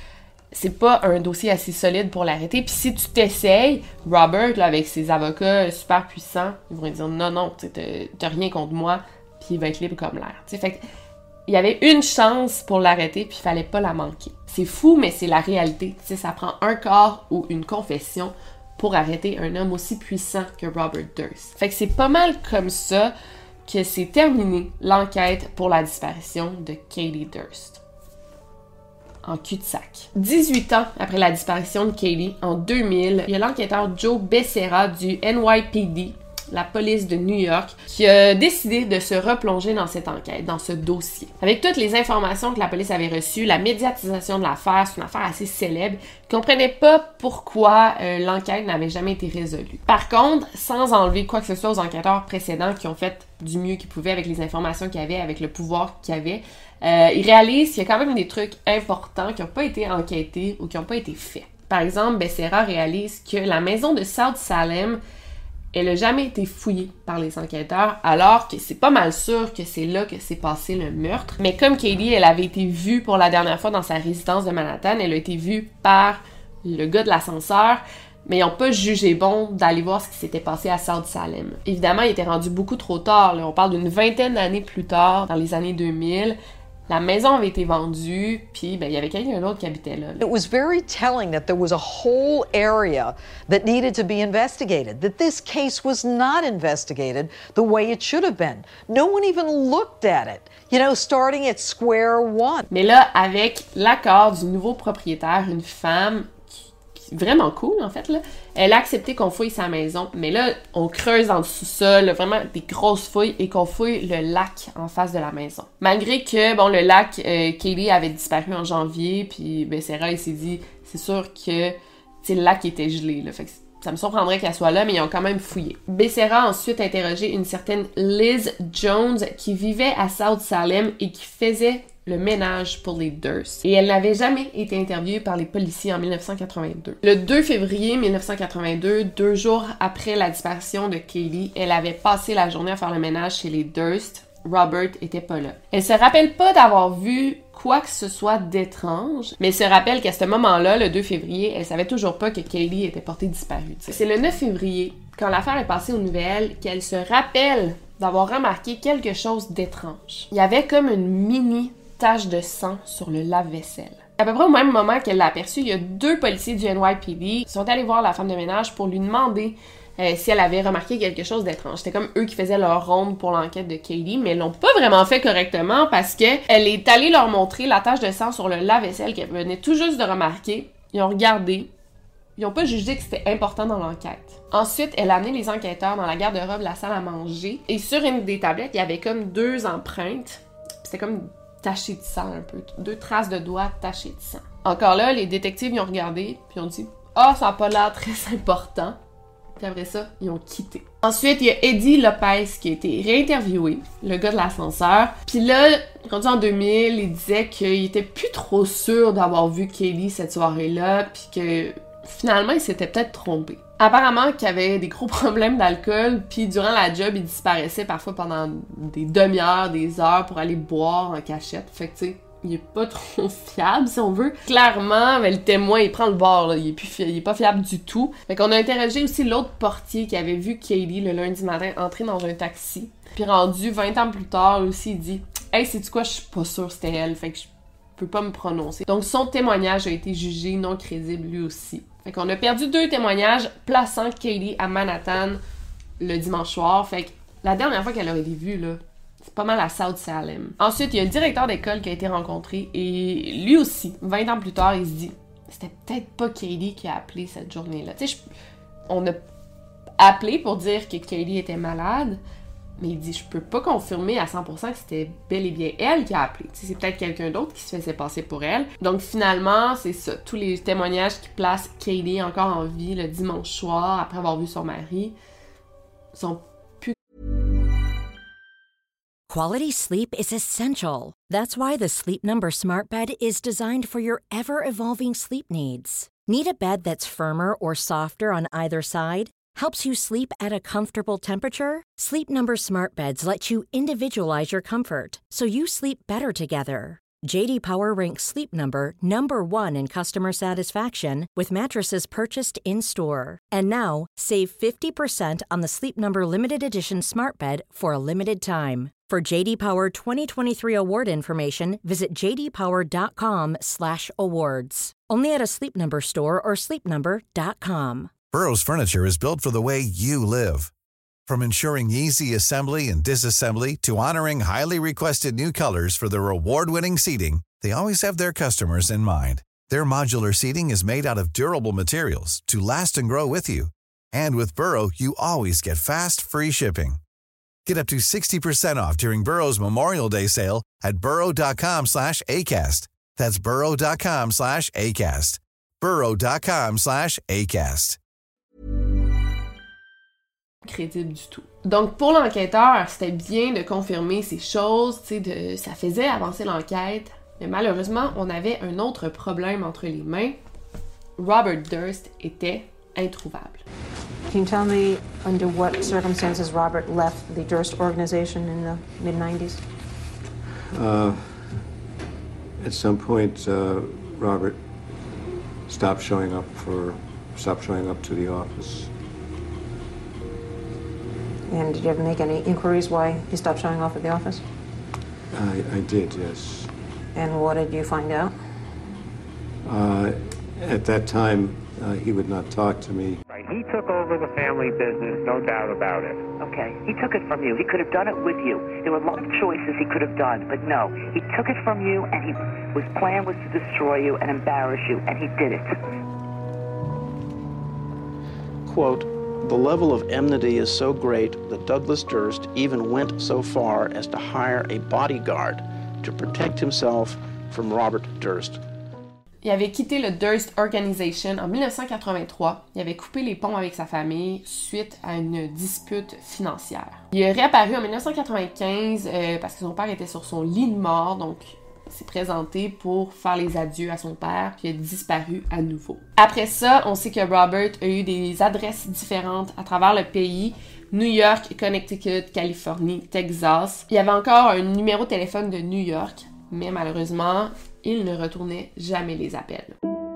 c'est pas un dossier assez solide pour l'arrêter. Puis si tu t'essayes, Robert, là, avec ses avocats super puissants, ils vont dire non, non, tu t'as rien contre moi, puis il va être libre comme l'air. T'sais, fait que, il y avait une chance pour l'arrêter, puis il fallait pas la manquer. C'est fou, mais c'est la réalité. T'sais, ça prend un corps ou une confession pour arrêter un homme aussi puissant que Robert Durst. Fait que c'est pas mal comme ça que c'est terminé l'enquête pour la disparition de Katie Durst. En cul-de-sac. dix-huit ans après la disparition de Katie, en deux mille, il y a l'enquêteur Joe Becerra du N Y P D, la police de New York, qui a décidé de se replonger dans cette enquête, dans ce dossier. Avec toutes les informations que la police avait reçues, la médiatisation de l'affaire, c'est une affaire assez célèbre, ils comprenaient pas pourquoi euh, l'enquête n'avait jamais été résolue. Par contre, sans enlever quoi que ce soit aux enquêteurs précédents qui ont fait du mieux qu'ils pouvaient avec les informations qu'ils avaient, avec le pouvoir qu'ils avaient, euh, ils réalisent qu'il y a quand même des trucs importants qui n'ont pas été enquêtés ou qui n'ont pas été faits. Par exemple, Becerra réalise que la maison de South Salem, elle n'a jamais été fouillée par les enquêteurs, alors que c'est pas mal sûr que c'est là que s'est passé le meurtre. Mais comme Katie, elle avait été vue pour la dernière fois dans sa résidence de Manhattan, elle a été vue par le gars de l'ascenseur, mais ils n'ont pas jugé bon d'aller voir ce qui s'était passé à South Salem. Évidemment, il était rendu beaucoup trop tard, là. On parle d'une vingtaine d'années plus tard, dans les années deux mille. La maison avait été vendue, puis ben, il y avait quelqu'un d'autre qui habitait là, là. It was very telling that there was a whole area that needed to be investigated, that this case was not investigated the way it should have been. No one even looked at it, you know, starting at square one. Mais là, avec l'accord du nouveau propriétaire, une femme vraiment cool, en fait, là. Elle a accepté qu'on fouille sa maison, mais là, on creuse dans le sous-sol, là, vraiment des grosses fouilles, et qu'on fouille le lac en face de la maison. Malgré que, bon, le lac, euh, Katie avait disparu en janvier, puis Becerra, il s'est dit, c'est sûr que, tu sais, le lac était gelé, là, fait que ça me surprendrait qu'elle soit là, mais ils ont quand même fouillé. Becerra a ensuite interrogé une certaine Liz Jones, qui vivait à South Salem et qui faisait le ménage pour les Durst. Et elle n'avait jamais été interviewée par les policiers en dix-neuf cent quatre-vingt-deux. Le deux février dix-neuf cent quatre-vingt-deux, deux jours après la disparition de Katie, elle avait passé la journée à faire le ménage chez les Durst. Robert était pas là. Elle se rappelle pas d'avoir vu quoi que ce soit d'étrange, mais elle se rappelle qu'à ce moment-là, le deux février, elle savait toujours pas que Katie était portée disparue. T'sais. C'est le neuf février, quand l'affaire est passée aux nouvelles, qu'elle se rappelle d'avoir remarqué quelque chose d'étrange. Il y avait comme une mini tache de sang sur le lave-vaisselle. À peu près au même moment qu'elle l'a aperçu, il y a deux policiers du N Y P D qui sont allés voir la femme de ménage pour lui demander euh, si elle avait remarqué quelque chose d'étrange. C'était comme eux qui faisaient leur ronde pour l'enquête de Katie, mais ils l'ont pas vraiment fait correctement parce que elle est allée leur montrer la tache de sang sur le lave-vaisselle qu'elle venait tout juste de remarquer. Ils ont regardé. Ils n'ont pas jugé que c'était important dans l'enquête. Ensuite, elle a amené les enquêteurs dans la garde-robe, la salle à manger, et sur une des tablettes, il y avait comme deux empreintes. C'était comme taché de sang un peu. Deux traces de doigts tachées de sang. Encore là, les détectives, ils ont regardé, puis ils ont dit « Ah, oh, ça n'a pas l'air très important. » Puis après ça, ils ont quitté. Ensuite, il y a Eddie Lopez qui a été réinterviewé, le gars de l'ascenseur. Puis là, rendu en deux mille, il disait qu'il était plus trop sûr d'avoir vu Katie cette soirée-là, puis que finalement, il s'était peut-être trompé. Apparemment qu'il avait des gros problèmes d'alcool, puis durant la job, il disparaissait parfois pendant des demi-heures, des heures pour aller boire en cachette. Fait que, tu sais, il est pas trop fiable, si on veut. Clairement, ben, le témoin, il prend le bord, là. Il est, plus fi- il est pas fiable du tout. Fait qu'on a interrogé aussi l'autre portier qui avait vu Katie le lundi matin entrer dans un taxi. Puis rendu vingt ans plus tard, aussi, il dit « Hey, sais-tu quoi? Je suis pas sûre c'était elle. Fait que je peux pas me prononcer. » Donc, son témoignage a été jugé non crédible lui aussi. Fait qu'on a perdu deux témoignages plaçant Katie à Manhattan le dimanche soir. Fait que la dernière fois qu'elle a été vue, là, c'est pas mal à South Salem. Ensuite, il y a le directeur d'école qui a été rencontré et lui aussi, vingt ans plus tard, il se dit c'était peut-être pas Katie qui a appelé cette journée-là. Tu sais, on a appelé pour dire que Katie était malade, mais il dit je peux pas confirmer à cent pour cent que c'était bel et bien elle qui a appelé. Tu sais, c'est peut-être quelqu'un d'autre qui se faisait passer pour elle. Donc finalement, c'est ça. Tous les témoignages qui placent Katie encore en vie le dimanche soir après avoir vu son mari sont plus. Quality sleep is essential. That's why the Sleep Number Smart Bed is designed for your ever-evolving sleep needs. Need a bed that's firmer or softer on either side? Helps you sleep at a comfortable temperature? Sleep Number Smart Beds let you individualize your comfort so you sleep better together. J D Power ranks Sleep Number number one in customer satisfaction with mattresses purchased in-store. And now, save fifty percent on the Sleep Number Limited Edition Smart Bed for a limited time. For J D Power twenty twenty-three award information, visit j d power dot com slash awards. Only at a Sleep Number store or sleep number dot com. Burrow's furniture is built for the way you live. From ensuring easy assembly and disassembly to honoring highly requested new colors for their award-winning seating, they always have their customers in mind. Their modular seating is made out of durable materials to last and grow with you. And with Burrow, you always get fast, free shipping. Get up to sixty percent off during Burrow's Memorial Day sale at burrow.com slash ACAST. That's burrow.com slash ACAST. burrow.com slash ACAST. Crédible du tout. Donc pour l'enquêteur, c'était bien de confirmer ces choses, tu sais, de, ça faisait avancer l'enquête, mais malheureusement, on avait un autre problème entre les mains. Robert Durst était introuvable. Can you tell me under what circumstances Robert left the Durst organization in the mid nineties? Uh, at some point, uh, Robert stopped showing up for, stopped showing up to the office. And did you ever make any inquiries why he stopped showing up at the office? I, I did, yes. And what did you find out? Uh, at that time, uh, he would not talk to me. Right. He took over the family business, no doubt about it. Okay. He took it from you. He could have done it with you. There were a lot of choices he could have done, but no. He took it from you, and he, his plan was to destroy you and embarrass you, and he did it. Quote, "The level of enmity is so great that Douglas Durst even went so far as to hire a bodyguard to protect himself from Robert Durst." Il avait quitté le Durst Organization en dix-neuf cent quatre-vingt-trois. Il avait coupé les ponts avec sa famille suite à une dispute financière. Il est réapparu en dix-neuf cent quatre-vingt-quinze euh, parce que son père était sur son lit de mort, donc il s'est présenté pour faire les adieux à son père, puis il a disparu à nouveau. Après ça, on sait que Robert a eu des adresses différentes à travers le pays. New York, Connecticut, Californie, Texas. Il y avait encore un numéro de téléphone de New York, mais malheureusement, il ne retournait jamais les appels.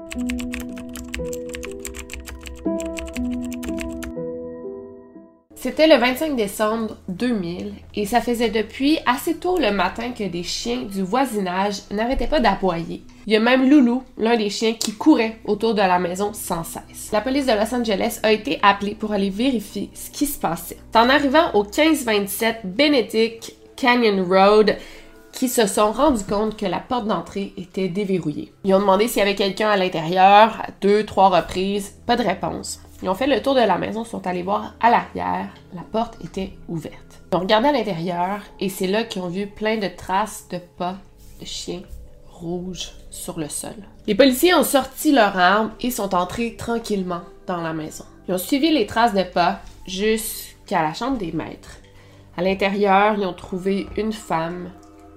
C'était le vingt-cinq décembre deux mille et ça faisait depuis assez tôt le matin que des chiens du voisinage n'arrêtaient pas d'aboyer. Il y a même Loulou, l'un des chiens, qui courait autour de la maison sans cesse. La police de Los Angeles a été appelée pour aller vérifier ce qui se passait. C'est en arrivant au quinze vingt-sept Benedict Canyon Road qui se sont rendus compte que la porte d'entrée était déverrouillée. Ils ont demandé s'il y avait quelqu'un à l'intérieur à deux, trois reprises. Pas de réponse. Ils ont fait le tour de la maison, sont allés voir à l'arrière. La porte était ouverte. Ils ont regardé à l'intérieur et c'est là qu'ils ont vu plein de traces de pas de chiens rouges sur le sol. Les policiers ont sorti leurs armes et sont entrés tranquillement dans la maison. Ils ont suivi les traces de pas jusqu'à la chambre des maîtres. À l'intérieur, ils ont trouvé une femme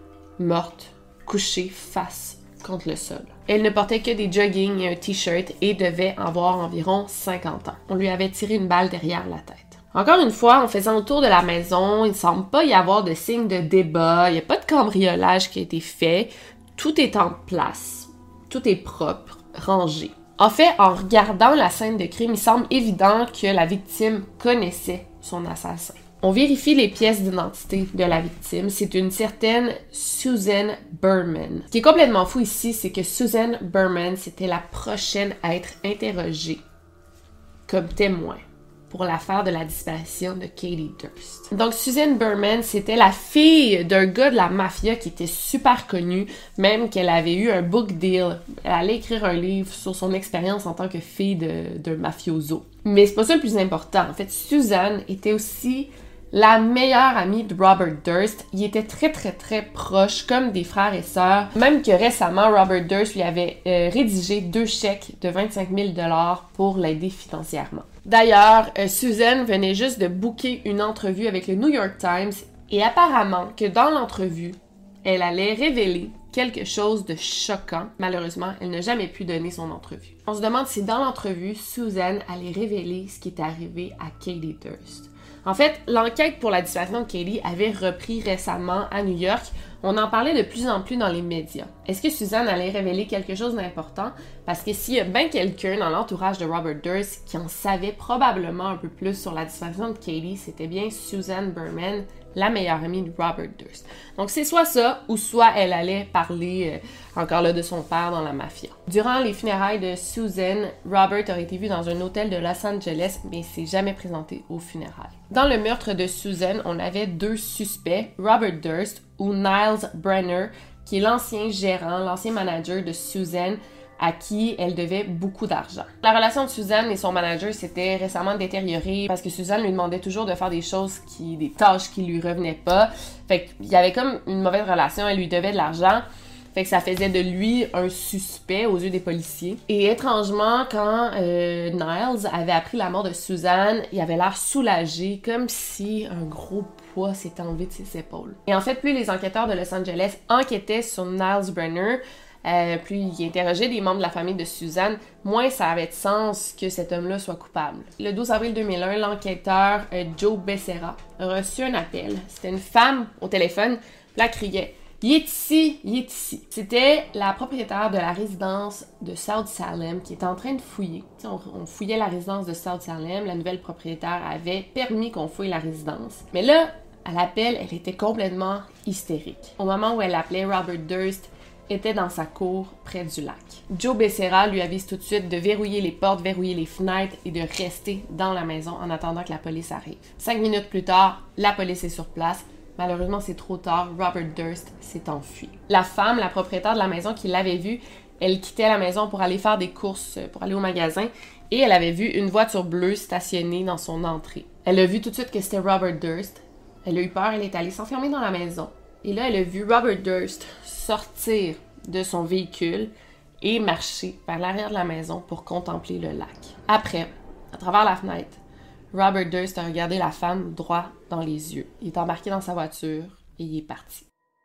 morte, couchée face contre le sol. Elle ne portait que des joggings et un t-shirt et devait avoir environ cinquante ans. On lui avait tiré une balle derrière la tête. Encore une fois, en faisant le tour de la maison, il ne semble pas y avoir de signe de débat, il n'y a pas de cambriolage qui a été fait, tout est en place, tout est propre, rangé. En fait, en regardant la scène de crime, il semble évident que la victime connaissait son assassin. On vérifie les pièces d'identité de la victime. C'est une certaine Susan Berman. Ce qui est complètement fou ici, c'est que Susan Berman, c'était la prochaine à être interrogée comme témoin pour l'affaire de la disparition de Katie Durst. Donc, Susan Berman, c'était la fille d'un gars de la mafia qui était super connu, même qu'elle avait eu un book deal. Elle allait écrire un livre sur son expérience en tant que fille de, d'un mafioso. Mais c'est pas ça le plus important. En fait, Susan était aussi la meilleure amie de Robert Durst. Ils étaient très, très, très proches, comme des frères et sœurs. Même que récemment, Robert Durst lui avait euh, rédigé deux chèques de vingt-cinq mille dollars pour l'aider financièrement. D'ailleurs, euh, Susan venait juste de booker une entrevue avec le New York Times et apparemment que dans l'entrevue, elle allait révéler quelque chose de choquant. Malheureusement, elle n'a jamais pu donner son entrevue. On se demande si dans l'entrevue, Susan allait révéler ce qui est arrivé à Katie Durst. En fait, l'enquête pour la disparition de Katie avait repris récemment à New York. on en parlait de plus en plus dans les médias. Est-ce que Suzanne allait révéler quelque chose d'important? Parce que s'il y a bien quelqu'un dans l'entourage de Robert Durst qui en savait probablement un peu plus sur la disparition de Katie, c'était bien Suzanne Berman, la meilleure amie de Robert Durst. Donc c'est soit ça, ou soit elle allait parler euh, encore là de son père dans la mafia. Durant les funérailles de Susan, Robert aurait été vu dans un hôtel de Los Angeles, mais il s'est jamais présenté aux funérailles. Dans le meurtre de Susan, on avait deux suspects, Robert Durst ou Niles Brenner, qui est l'ancien gérant, l'ancien manager de Susan, à qui elle devait beaucoup d'argent. La relation de Suzanne et son manager s'était récemment détériorée parce que Suzanne lui demandait toujours de faire des choses qui, des tâches qui lui revenaient pas. Fait qu'il y avait comme une mauvaise relation, elle lui devait de l'argent. Fait que ça faisait de lui un suspect aux yeux des policiers. Et étrangement, quand euh, Niles avait appris la mort de Suzanne, il avait l'air soulagé, comme si un gros poids s'était enlevé de ses épaules. Et en fait, plus les enquêteurs de Los Angeles enquêtaient sur Niles Brenner, Euh, plus il interrogeait des membres de la famille de Suzanne, moins ça avait de sens que cet homme-là soit coupable. Le douze avril deux mille un, l'enquêteur euh, Joe Becerra a reçu un appel. C'était une femme au téléphone, puis elle criait « Il est ici, il est ici ». C'était la propriétaire de la résidence de South Salem qui était en train de fouiller. On, on fouillait la résidence de South Salem, la nouvelle propriétaire avait permis qu'on fouille la résidence. Mais là, à l'appel, elle était complètement hystérique. Au moment où elle appelait, Robert Durst était dans sa cour près du lac. Joe Becerra lui avise tout de suite de verrouiller les portes, verrouiller les fenêtres et de rester dans la maison en attendant que la police arrive. Cinq minutes plus tard, la police est sur place. Malheureusement, c'est trop tard. Robert Durst s'est enfui. La femme, la propriétaire de la maison qui l'avait vu, elle quittait la maison pour aller faire des courses, pour aller au magasin, et elle avait vu une voiture bleue stationnée dans son entrée. Elle a vu tout de suite que c'était Robert Durst. Elle a eu peur, elle est allée s'enfermer dans la maison. Et là, elle a vu Robert Durst sortir de son véhicule et marcher vers l'arrière de la maison pour contempler le lac. Après, à travers la fenêtre, Robert Durst a regardé la femme droit dans les yeux. Il est embarqué dans sa voiture et il est parti.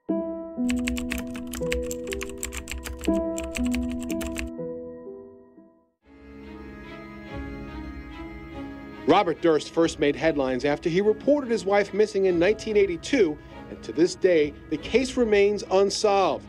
Robert Durst first made headlines after he reported his wife missing in nineteen eighty-two, and to this day, the case remains unsolved.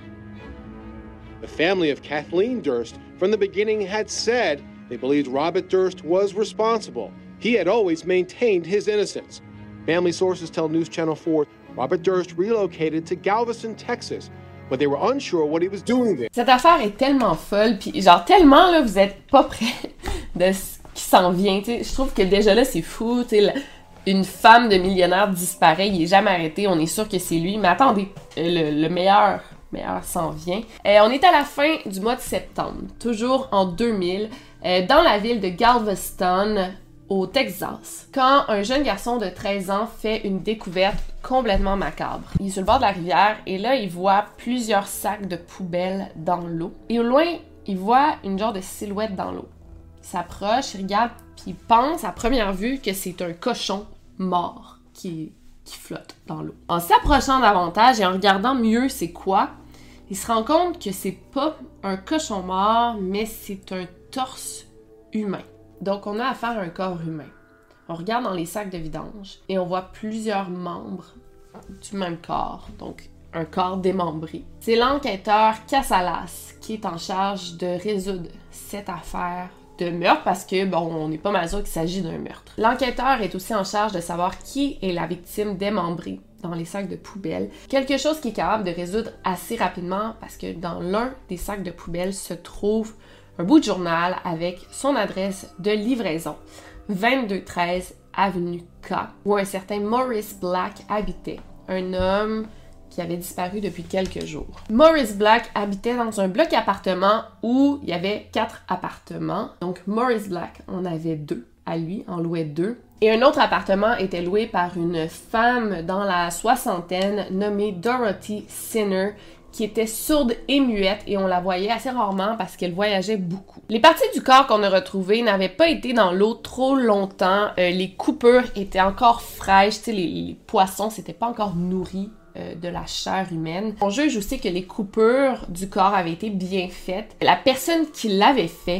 The family of Kathleen Durst from the beginning had said they believed Robert Durst was responsible. He had always maintained his innocence. Family sources tell News Channel four Robert Durst relocated to Galveston, Texas, but they were unsure what he was doing there. Cette affaire est tellement folle, puis genre tellement là, vous êtes pas prêts de ce qui s'en vient, tu sais. Je trouve que déjà là, c'est fou, tu sais. Une femme de millionnaire disparaît, il est jamais arrêté, on est sûr que c'est lui. Mais attendez, le, le meilleur, meilleur s'en vient. Euh, on est à la fin du mois de septembre, toujours en deux mille, euh, dans la ville de Galveston, au Texas, quand un jeune garçon de treize ans fait une découverte complètement macabre. Il est sur le bord de la rivière et là, il voit plusieurs sacs de poubelles dans l'eau. Et au loin, il voit une genre de silhouette dans l'eau. Il s'approche, il regarde, puis il pense à première vue que c'est un cochon mort qui, qui flotte dans l'eau. En s'approchant davantage et en regardant mieux c'est quoi, il se rend compte que c'est pas un cochon mort, mais c'est un torse humain. Donc on a affaire à un corps humain. On regarde dans les sacs de vidange et on voit plusieurs membres du même corps, donc un corps démembré. C'est l'enquêteur Casalas qui est en charge de résoudre cette affaire de meurtre parce que, bon, on n'est pas mal sûr qu'il s'agit d'un meurtre. L'enquêteur est aussi en charge de savoir qui est la victime démembrée dans les sacs de poubelle. Quelque chose qui est capable de résoudre assez rapidement parce que dans l'un des sacs de poubelle se trouve un bout de journal avec son adresse de livraison, vingt-deux treize avenue K, où un certain Maurice Black habitait, un homme qui avait disparu depuis quelques jours. Maurice Black habitait dans un bloc appartement où il y avait quatre appartements. Donc Maurice Black en avait deux à lui, en louait deux. Et un autre appartement était loué par une femme dans la soixantaine nommée Dorothy Sinner, qui était sourde et muette et on la voyait assez rarement parce qu'elle voyageait beaucoup. Les parties du corps qu'on a retrouvées n'avaient pas été dans l'eau trop longtemps. Euh, les coupures étaient encore fraîches, tu sais, les, les poissons s'étaient pas encore nourris euh, de la chair humaine. On juge aussi que les coupures du corps avaient été bien faites. La personne qui l'avait fait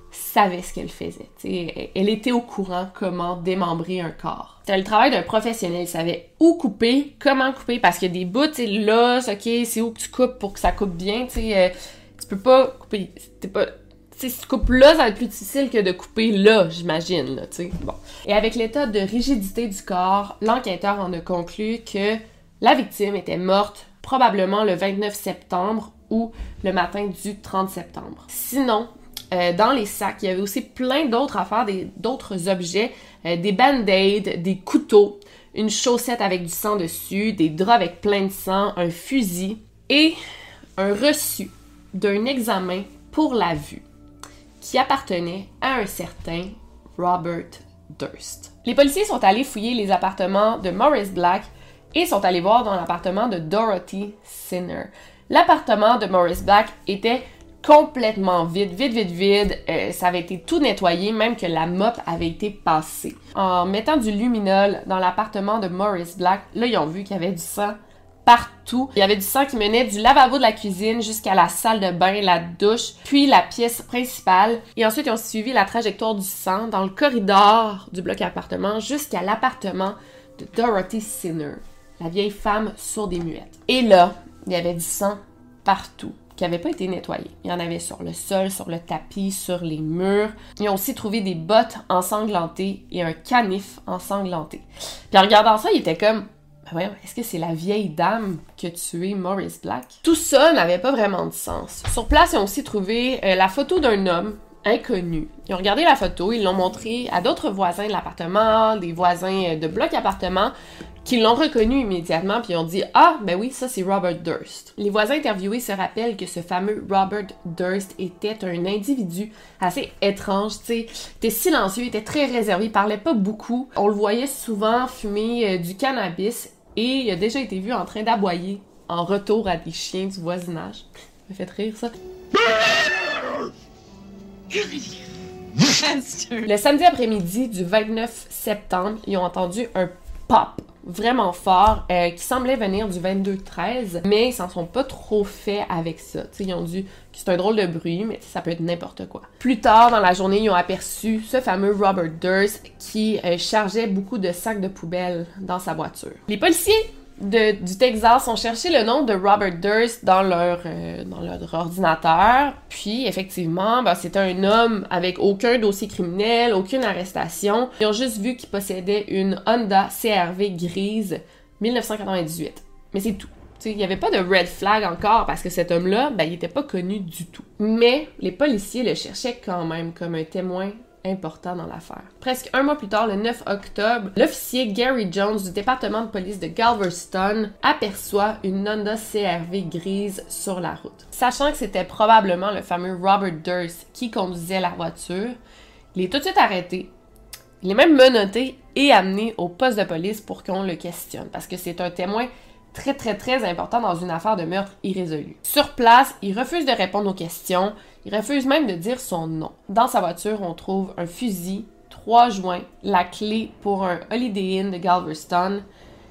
savait ce qu'elle faisait. T'sais, elle était au courant comment démembrer un corps. C'était le travail d'un professionnel. Il savait où couper, comment couper, parce qu'il y a des bouts, tu sais, là, ok, c'est où que tu coupes pour que ça coupe bien. Tu euh, tu peux pas couper. T'es pas. T'sais, si tu coupes là, ça va être plus difficile que de couper là, j'imagine. Là, t'sais. Bon. Et avec l'état de rigidité du corps, l'enquêteur en a conclu que la victime était morte probablement le vingt-neuf septembre ou le matin du trente septembre. Sinon, euh, dans les sacs, il y avait aussi plein d'autres affaires, des, d'autres objets, euh, des band-aids, des couteaux, une chaussette avec du sang dessus, des draps avec plein de sang, un fusil et un reçu d'un examen pour la vue qui appartenait à un certain Robert Durst. Les policiers sont allés fouiller les appartements de Maurice Black et sont allés voir dans l'appartement de Dorothy Sinner. L'appartement de Maurice Black était complètement vide, vide, vide, vide. Euh, ça avait été tout nettoyé, même que la mop avait été passée. En mettant du luminol dans l'appartement de Maurice Black, là, ils ont vu qu'il y avait du sang partout. Il y avait du sang qui menait du lavabo de la cuisine jusqu'à la salle de bain, la douche, puis la pièce principale. Et ensuite, ils ont suivi la trajectoire du sang dans le corridor du bloc appartement jusqu'à l'appartement de Dorothy Sinner, la vieille femme sourde et muette. Et là, il y avait du sang partout qui n'avait pas été nettoyé. Il y en avait sur le sol, sur le tapis, sur les murs. Ils ont aussi trouvé des bottes ensanglantées et un canif ensanglanté. Puis en regardant ça, il était comme ben voyons, est-ce que c'est la vieille dame qui a tué Maurice Black? Tout ça n'avait pas vraiment de sens. Sur place, ils ont aussi trouvé euh, la photo d'un homme inconnu. Ils ont regardé la photo, ils l'ont montré à d'autres voisins de l'appartement, des voisins de bloc appartement, qui l'ont reconnu immédiatement, puis ils ont dit « Ah, ben oui, ça c'est Robert Durst ». Les voisins interviewés se rappellent que ce fameux Robert Durst était un individu assez étrange, tu sais, était silencieux, était très réservé, il parlait pas beaucoup. On le voyait souvent fumer euh, du cannabis et il a déjà été vu en train d'aboyer en retour à des chiens du voisinage. Ça m'a fait rire, ça. Le samedi après-midi du vingt-neuf septembre, ils ont entendu un pop vraiment fort euh, qui semblait venir du vingt-deux treize, mais ils s'en sont pas trop fait avec ça. T'sais, ils ont dit que c'est un drôle de bruit, mais ça peut être n'importe quoi. Plus tard dans la journée, ils ont aperçu ce fameux Robert Durst qui euh, chargeait beaucoup de sacs de poubelle dans sa voiture. Les policiers De, du Texas ont cherché le nom de Robert Durst dans leur, euh, dans leur ordinateur, puis effectivement, ben, c'était un homme avec aucun dossier criminel, aucune arrestation. Ils ont juste vu qu'il possédait une Honda C R V grise dix-neuf cent quatre-vingt-dix-huit. Mais c'est tout. T'sais, il n'y avait pas de red flag encore parce que cet homme-là, ben, il n'était pas connu du tout. Mais les policiers le cherchaient quand même comme un témoin important dans l'affaire. Presque un mois plus tard, le neuf octobre, l'officier Gary Jones du département de police de Galveston aperçoit une Honda C R V grise sur la route. Sachant que c'était probablement le fameux Robert Durst qui conduisait la voiture, il est tout de suite arrêté. Il est même menotté et amené au poste de police pour qu'on le questionne, parce que c'est un témoin très très très important dans une affaire de meurtre irrésolue. Sur place, il refuse de répondre aux questions, il refuse même de dire son nom. Dans sa voiture, on trouve un fusil, trois joints, la clé pour un Holiday Inn de Galveston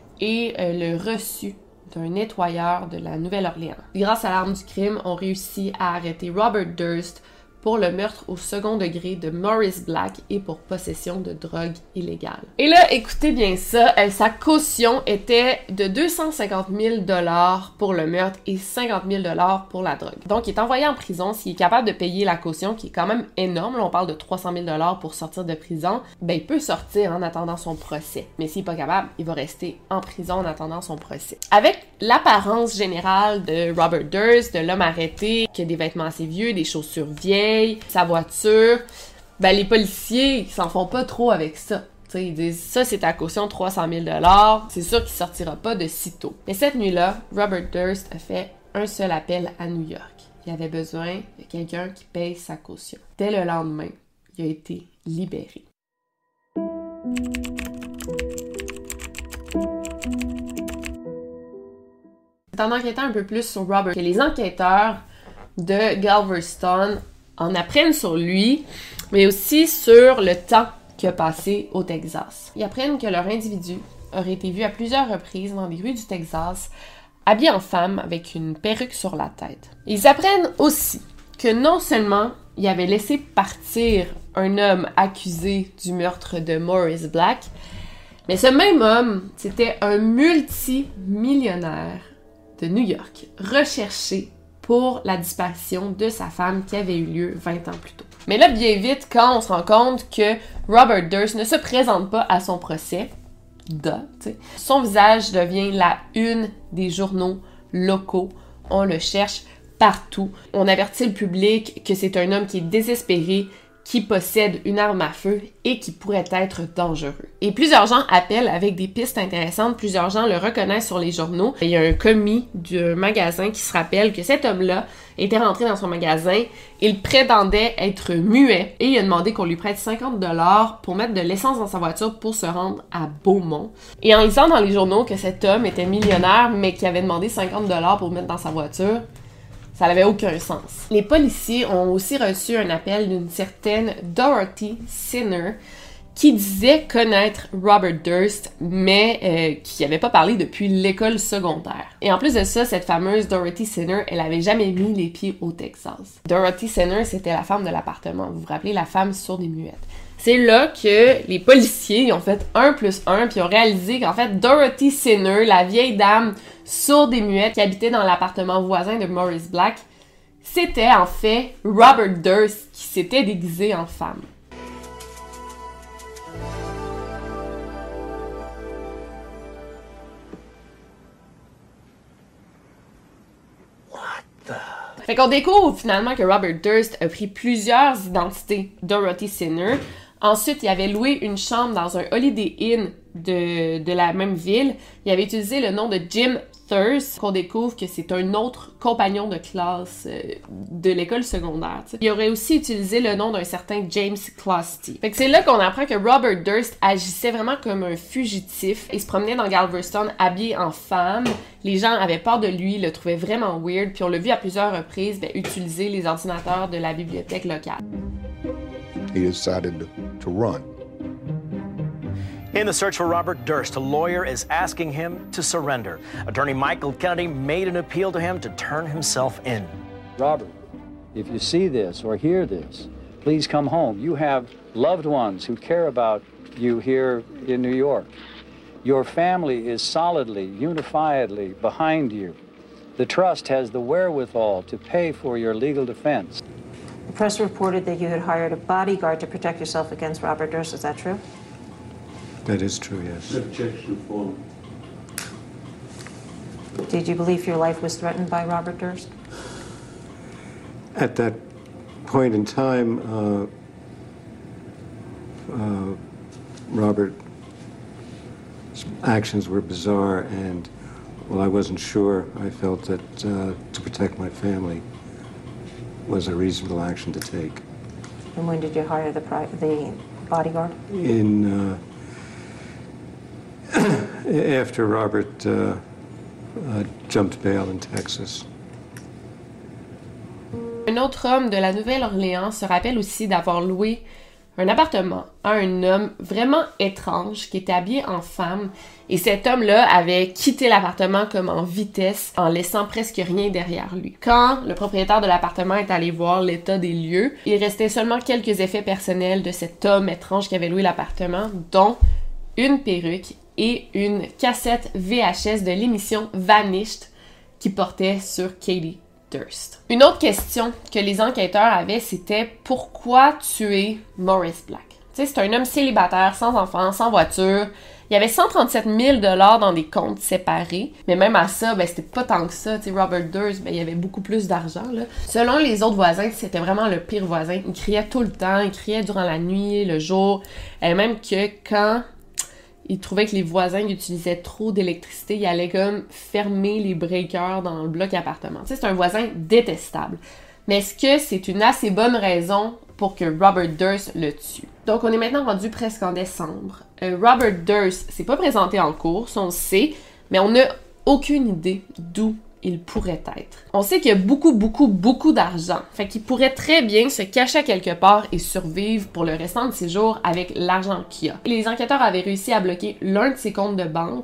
et euh, le reçu d'un nettoyeur de la Nouvelle-Orléans. Grâce à l'arme du crime, on réussit à arrêter Robert Durst pour le meurtre au second degré de Maurice Black et pour possession de drogue illégale. Et là, écoutez bien ça, euh, sa caution était de deux cent cinquante mille dollars pour le meurtre et cinquante mille dollars pour la drogue. Donc, il est envoyé en prison. S'il est capable de payer la caution, qui est quand même énorme, là, on parle de trois cent mille dollars pour sortir de prison, ben il peut sortir en attendant son procès. Mais s'il est pas capable, il va rester en prison en attendant son procès. Avec l'apparence générale de Robert Durst, de l'homme arrêté, qui a des vêtements assez vieux, des chaussures vieilles, sa voiture, ben les policiers, ils s'en font pas trop avec ça. T'sais, ils disent, ça c'est ta caution trois cent mille dollars, c'est sûr qu'il sortira pas de sitôt. Mais cette nuit-là, Robert Durst a fait un seul appel à New York. Il avait besoin de quelqu'un qui paye sa caution. Dès le lendemain, il a été libéré. C'est en enquêtant un peu plus sur Robert que les enquêteurs de Galveston en apprennent sur lui, mais aussi sur le temps qu'il a passé au Texas. Ils apprennent que leur individu aurait été vu à plusieurs reprises dans les rues du Texas, habillé en femme avec une perruque sur la tête. Ils apprennent aussi que non seulement il avait laissé partir un homme accusé du meurtre de Maurice Black, mais ce même homme, c'était un multimillionnaire de New York, recherché pour la disparition de sa femme qui avait eu lieu vingt ans plus tôt. Mais là, bien vite, quand on se rend compte que Robert Durst ne se présente pas à son procès, duh, t'sais, son visage devient la une des journaux locaux. On le cherche partout. On avertit le public que c'est un homme qui est désespéré, qui possède une arme à feu et qui pourrait être dangereux. Et plusieurs gens appellent avec des pistes intéressantes, plusieurs gens le reconnaissent sur les journaux. Il y a un commis du magasin qui se rappelle que cet homme-là était rentré dans son magasin, il prétendait être muet et il a demandé qu'on lui prête cinquante dollars pour mettre de l'essence dans sa voiture pour se rendre à Beaumont. Et en lisant dans les journaux que cet homme était millionnaire mais qui avait demandé cinquante dollars pour mettre dans sa voiture, ça n'avait aucun sens. Les policiers ont aussi reçu un appel d'une certaine Dorothy Sinner qui disait connaître Robert Durst, mais euh, qui n'avait pas parlé depuis l'école secondaire. Et en plus de ça, cette fameuse Dorothy Sinner, elle avait jamais mis les pieds au Texas. Dorothy Sinner, c'était la femme de l'appartement. Vous vous rappelez, la femme sourde et muette. C'est là que les policiers ont fait un plus un puis ont réalisé qu'en fait, Dorothy Sinner, la vieille dame sourde et muette qui habitait dans l'appartement voisin de Maurice Black, c'était en fait Robert Durst qui s'était déguisé en femme. Fait qu'on découvre finalement que Robert Durst a pris plusieurs identités. Dorothy Sinner. Ensuite, il avait loué une chambre dans un Holiday Inn de, de la même ville. Il avait utilisé le nom de Jim Thirst, qu'on découvre que c'est un autre compagnon de classe euh, de l'école secondaire. T'sais. Il aurait aussi utilisé le nom d'un certain James Clusty. Fait que c'est là qu'on apprend que Robert Durst agissait vraiment comme un fugitif. Il se promenait dans Galveston habillé en femme. Les gens avaient peur de lui, le trouvaient vraiment weird, puis on l'a vu à plusieurs reprises ben, utiliser les ordinateurs de la bibliothèque locale. He decided to, to run. In the search for Robert Durst, a lawyer is asking him to surrender. Attorney Michael Kennedy made an appeal to him to turn himself in. Robert, if you see this or hear this, please come home. You have loved ones who care about you here in New York. Your family is solidly, unifiedly behind you. The trust has the wherewithal to pay for your legal defense. The press reported that you had hired a bodyguard to protect yourself against Robert Durst. Is that true? That is true, yes. Objection form. Did you believe your life was threatened by Robert Durst? At that point in time, uh, uh, Robert's actions were bizarre, and while I wasn't sure, I felt that uh, to protect my family was a reasonable action to take. And when did you hire the pri- the bodyguard? In uh, after Robert uh, uh, jumped bail in Texas. Un autre homme de la Nouvelle-Orléans se rappelle aussi d'avoir loué un appartement à un homme vraiment étrange qui était habillé en femme. Et cet homme-là avait quitté l'appartement comme en vitesse, en laissant presque rien derrière lui. Quand le propriétaire de l'appartement est allé voir l'état des lieux, il restait seulement quelques effets personnels de cet homme étrange qui avait loué l'appartement, dont une perruque et une cassette V H S de l'émission Vanished qui portait sur Katie Durst. Une autre question que les enquêteurs avaient, c'était pourquoi tuer Maurice Black? Tu sais, c'est un homme célibataire, sans enfants, sans voiture. Il y avait cent trente-sept mille dollars dans des comptes séparés, mais même à ça, ben c'était pas tant que ça. Tu sais, Robert Durst, ben il y avait beaucoup plus d'argent, là. Selon les autres voisins, c'était vraiment le pire voisin. Il criait tout le temps, il criait durant la nuit, le jour, et même que quand il trouvait que les voisins utilisaient trop d'électricité, il allait comme fermer les breakers dans le bloc appartement. Tu sais, c'est un voisin détestable. Mais est-ce que c'est une assez bonne raison pour que Robert Durst le tue? Donc, on est maintenant rendu presque en décembre. Euh, Robert Durst s'est pas présenté en course, on le sait, mais on n'a aucune idée d'où il pourrait être. On sait qu'il y a beaucoup, beaucoup, beaucoup d'argent. Fait qu'il pourrait très bien se cacher quelque part et survivre pour le restant de ses jours avec l'argent qu'il a. Et les enquêteurs avaient réussi à bloquer l'un de ses comptes de banque,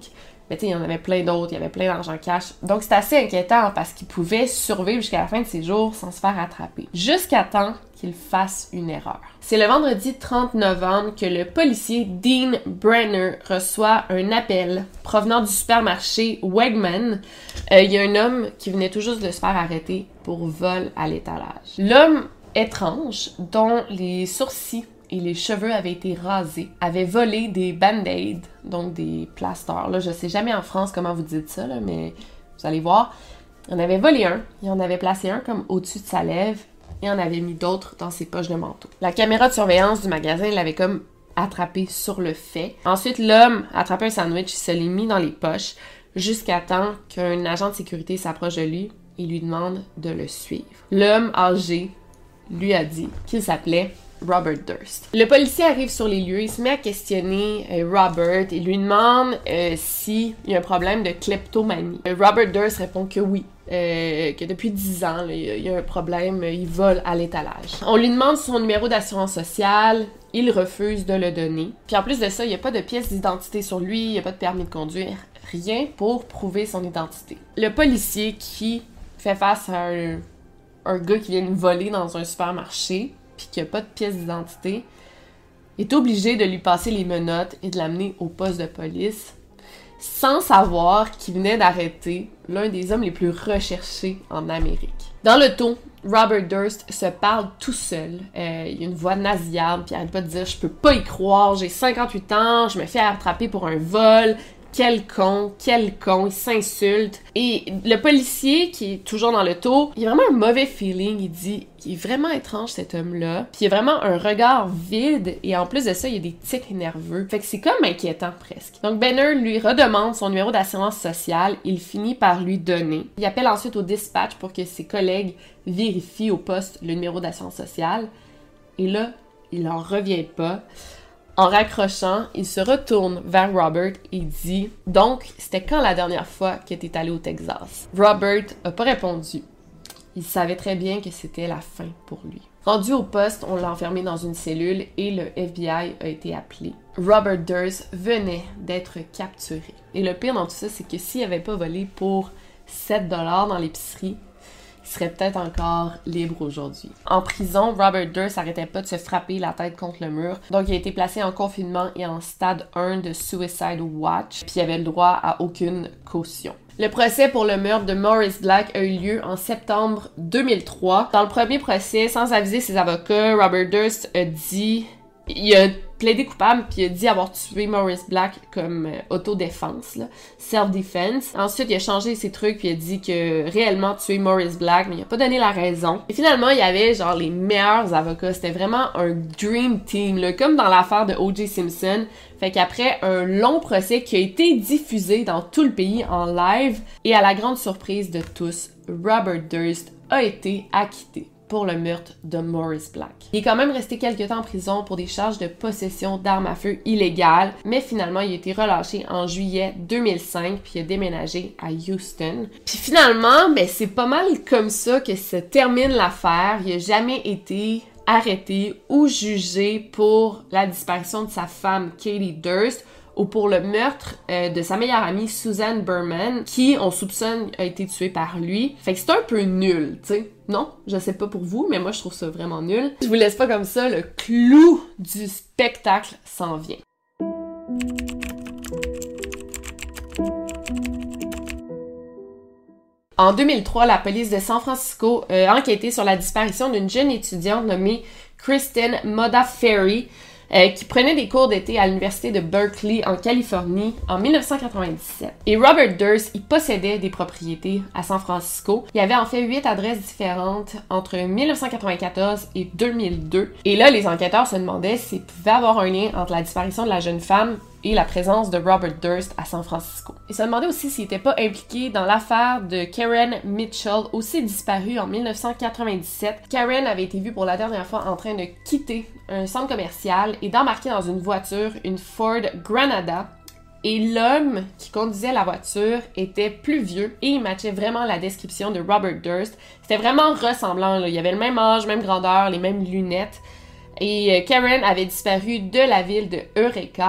Mais tu sais, il y en avait plein d'autres, il y avait plein d'argent cash. Donc c'est assez inquiétant parce qu'il pouvait survivre jusqu'à la fin de ses jours sans se faire attraper. Jusqu'à temps qu'il fasse une erreur. C'est le vendredi trente novembre que le policier Dean Brenner reçoit un appel provenant du supermarché Wegman. Euh, il y a un homme qui venait tout juste de se faire arrêter pour vol à l'étalage. L'homme étrange, dont les sourcils et les cheveux avaient été rasés, avait volé des band-aids, donc des plasters. Là, je sais jamais en France comment vous dites ça, là, mais vous allez voir. Il en avait volé un, il en avait placé un comme au-dessus de sa lèvre, et en avait mis d'autres dans ses poches de manteau. La caméra de surveillance du magasin l'avait comme attrapé sur le fait. Ensuite, l'homme a attrapé un sandwich, il se l'est mis dans les poches, jusqu'à temps qu'un agent de sécurité s'approche de lui et lui demande de le suivre. L'homme âgé lui a dit qu'il s'appelait Robert Durst. Le policier arrive sur les lieux, il se met à questionner euh, Robert et lui demande euh, s'il y a un problème de kleptomanie. Euh, Robert Durst répond que oui, euh, que depuis dix ans, là, il y a un problème, il vole à l'étalage. On lui demande son numéro d'assurance sociale, il refuse de le donner. Puis en plus de ça, il n'y a pas de pièce d'identité sur lui, il n'y a pas de permis de conduire, rien pour prouver son identité. Le policier qui fait face à un, un gars qui vient de voler dans un supermarché, puis qu'il n'y a pas de pièce d'identité, est obligé de lui passer les menottes et de l'amener au poste de police, sans savoir qu'il venait d'arrêter l'un des hommes les plus recherchés en Amérique. Dans l'auto, Robert Durst se parle tout seul. Euh, il a une voix nasillarde, puis il arrête pas de dire « Je peux pas y croire, j'ai cinquante-huit ans, je me fais attraper pour un vol, quel con, quel con », il s'insulte. Et le policier, qui est toujours dans l'auto, il a vraiment un mauvais feeling, il dit « Il est vraiment étrange cet homme-là », puis il a vraiment un regard vide, et en plus de ça, il y a des tics nerveux. Fait que c'est comme inquiétant presque. Donc Benner lui redemande son numéro d'assurance sociale, il finit par lui donner. Il appelle ensuite au dispatch pour que ses collègues vérifient au poste le numéro d'assurance sociale, et là, il en revient pas. En raccrochant, il se retourne vers Robert et dit « Donc, c'était quand la dernière fois que t'es allé au Texas? » Robert a pas répondu. Il savait très bien que c'était la fin pour lui. Rendu au poste, on l'a enfermé dans une cellule et le F B I a été appelé. Robert Durst venait d'être capturé. Et le pire dans tout ça, c'est que s'il n'avait pas volé pour sept dollars dans l'épicerie, il serait peut-être encore libre aujourd'hui. En prison, Robert Durst n'arrêtait pas de se frapper la tête contre le mur. Donc, il a été placé en confinement et en stade un de Suicide Watch. Puis, il avait le droit à aucune caution. Le procès pour le meurtre de Morris Black a eu lieu en septembre deux mille trois. Dans le premier procès, sans aviser ses avocats, Robert Durst a dit... Il a plaidé coupable puis il a dit avoir tué Morris Black comme euh, autodéfense, là, self-defense. Ensuite, il a changé ses trucs puis il a dit que réellement tué Morris Black, mais il a pas donné la raison. Et finalement, il y avait genre les meilleurs avocats. C'était vraiment un dream team, là, comme dans l'affaire de O J Simpson. Fait qu'après un long procès qui a été diffusé dans tout le pays en live, et à la grande surprise de tous, Robert Durst a été acquitté pour le meurtre de Morris Black. Il est quand même resté quelques temps en prison pour des charges de possession d'armes à feu illégales, mais finalement, il a été relâché en juillet deux mille cinq, puis il a déménagé à Houston. Puis finalement, ben c'est pas mal comme ça que se termine l'affaire. Il a jamais été arrêté ou jugé pour la disparition de sa femme Katie Durst, ou pour le meurtre euh, de sa meilleure amie Suzanne Berman, qui, on soupçonne, a été tuée par lui. Fait que c'est un peu nul, tu sais. Non, je sais pas pour vous, mais moi je trouve ça vraiment nul. Je vous laisse pas comme ça, le clou du spectacle s'en vient. En deux mille trois, la police de San Francisco a enquêté sur la disparition d'une jeune étudiante nommée Kristen Modafferi, Euh, qui prenait des cours d'été à l'université de Berkeley en Californie en mille neuf cent quatre-vingt-dix-sept. Et Robert Durst, il possédait des propriétés à San Francisco. Il avait en fait huit adresses différentes entre mille neuf cent quatre-vingt-quatorze et deux mille deux. Et là, les enquêteurs se demandaient s'il pouvait avoir un lien entre la disparition de la jeune femme et la présence de Robert Durst à San Francisco. Ils se demandaient aussi s'il n'était pas impliqué dans l'affaire de Karen Mitchell, aussi disparue en mille neuf cent quatre-vingt-dix-sept. Karen avait été vue pour la dernière fois en train de quitter un centre commercial et d'embarquer dans une voiture, une Ford Granada. Et l'homme qui conduisait la voiture était plus vieux et il matchait vraiment la description de Robert Durst. C'était vraiment ressemblant, là. Il avait le même âge, même grandeur, les mêmes lunettes. Et Karen avait disparu de la ville de Eureka.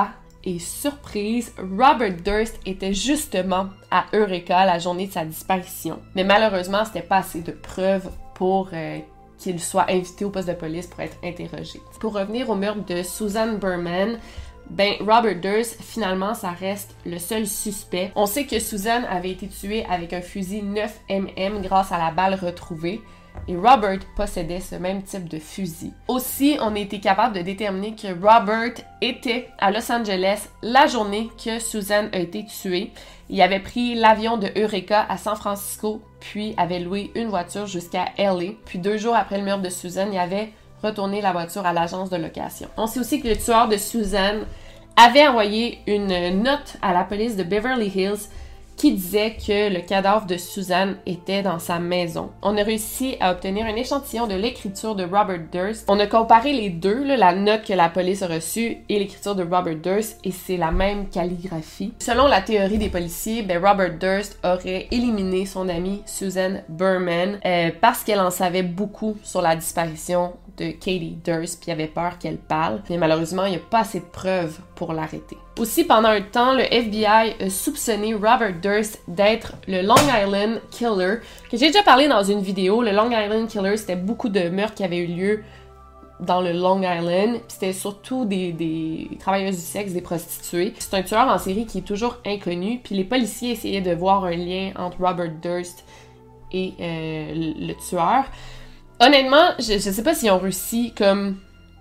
et surprise, Robert Durst était justement à Eureka la journée de sa disparition. Mais malheureusement, c'était pas assez de preuves pour euh, qu'il soit invité au poste de police pour être interrogé. Pour revenir au meurtre de Susan Berman, ben Robert Durst, finalement, ça reste le seul suspect. On sait que Susan avait été tuée avec un fusil neuf millimètres grâce à la balle retrouvée. Et Robert possédait ce même type de fusil. Aussi, on a été capable de déterminer que Robert était à Los Angeles la journée que Susan a été tuée. Il avait pris l'avion de Eureka à San Francisco, puis avait loué une voiture jusqu'à L A. Puis deux jours après le meurtre de Susan, il avait retourné la voiture à l'agence de location. On sait aussi que le tueur de Susan avait envoyé une note à la police de Beverly Hills qui disait que le cadavre de Susan était dans sa maison. On a réussi à obtenir un échantillon de l'écriture de Robert Durst. On a comparé les deux, là, la note que la police a reçue et l'écriture de Robert Durst, et c'est la même calligraphie. Selon la théorie des policiers, ben Robert Durst aurait éliminé son amie Susan Berman euh, parce qu'elle en savait beaucoup sur la disparition de Katie Durst, puis il avait peur qu'elle parle. Mais malheureusement, il n'y a pas assez de preuves pour l'arrêter. Aussi, pendant un temps, le F B I a soupçonné Robert Durst d'être le Long Island Killer, que j'ai déjà parlé dans une vidéo. Le Long Island Killer, c'était beaucoup de meurtres qui avaient eu lieu dans le Long Island, puis c'était surtout des, des travailleuses du sexe, des prostituées. C'est un tueur en série qui est toujours inconnu, puis les policiers essayaient de voir un lien entre Robert Durst et euh, le, le tueur. Honnêtement, je, je sais pas s'ils ont réussi comme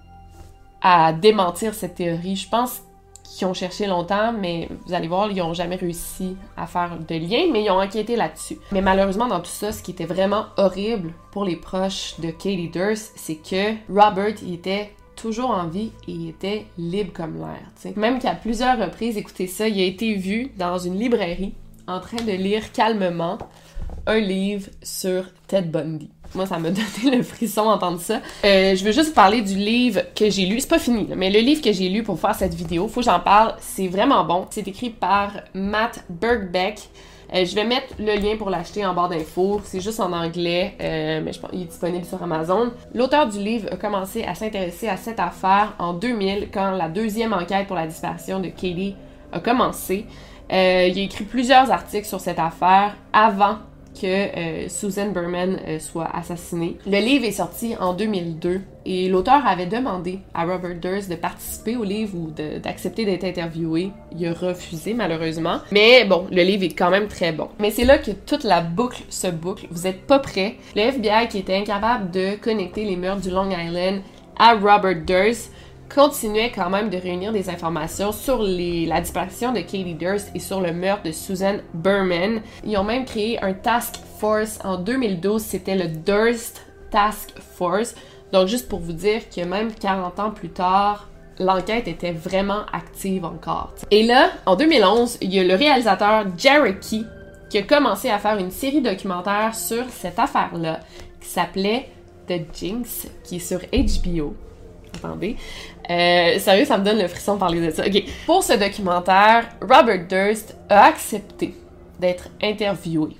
à démentir cette théorie. Je pense qu'ils ont cherché longtemps, mais vous allez voir, ils ont jamais réussi à faire de lien, mais ils ont enquêté là-dessus. Mais malheureusement, dans tout ça, ce qui était vraiment horrible pour les proches de Katie Durst, c'est que Robert, il était toujours en vie et il était libre comme l'air, tu sais. Même qu'à plusieurs reprises, écoutez ça, il a été vu dans une librairie en train de lire calmement un livre sur Ted Bundy. Moi, ça m'a donné le frisson d'entendre ça. Euh, je veux juste vous parler du livre que j'ai lu. C'est pas fini, là, mais le livre que j'ai lu pour faire cette vidéo, faut que j'en parle. C'est vraiment bon. C'est écrit par Matt Birkbeck. Euh, je vais mettre le lien pour l'acheter en barre d'infos. C'est juste en anglais, euh, mais je pense qu'il est disponible sur Amazon. L'auteur du livre a commencé à s'intéresser à cette affaire en deux mille, quand la deuxième enquête pour la disparition de Katie a commencé. Euh, il a écrit plusieurs articles sur cette affaire avant que euh, Susan Berman euh, soit assassinée. Le livre est sorti en deux mille deux et l'auteur avait demandé à Robert Durst de participer au livre ou de, d'accepter d'être interviewé. Il a refusé malheureusement. Mais bon, le livre est quand même très bon. Mais c'est là que toute la boucle se boucle. Vous êtes pas prêts. Le F B I, qui était incapable de connecter les meurtres du Long Island à Robert Durst, continuait quand même de réunir des informations sur les, la disparition de Katie Durst et sur le meurtre de Susan Berman. Ils ont même créé un task force en deux mille douze, c'était le Durst Task Force. Donc juste pour vous dire que même quarante ans plus tard, l'enquête était vraiment active encore. Et là, en deux mille onze, il y a le réalisateur Jerry Key qui a commencé à faire une série documentaire sur cette affaire-là qui s'appelait The Jinx, qui est sur H B O. Attendez. Euh, sérieux, ça me donne le frisson de parler de ça. OK. Pour ce documentaire, Robert Durst a accepté d'être interviewé.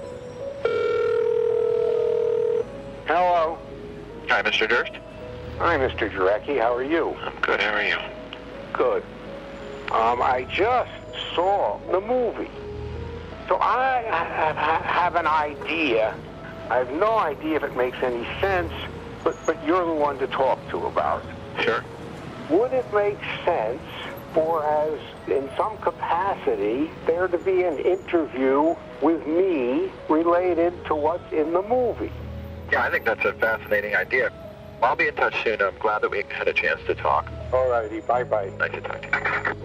Hello. Hi, Mister Durst. Hi, Mister Jarecki. How are you? I'm good. How are you? Good. Um, I just saw the movie. So I, I, I have an idea. I have no idea if it makes any sense, but, but you're the one to talk to about it. Sure. Would it make sense for, as in some capacity, there to be an interview with me related to what's in the movie? Yeah, I think that's a fascinating idea. I'll be in touch soon. I'm glad that we had a chance to talk. All righty. Bye-bye. Nice to talk to you.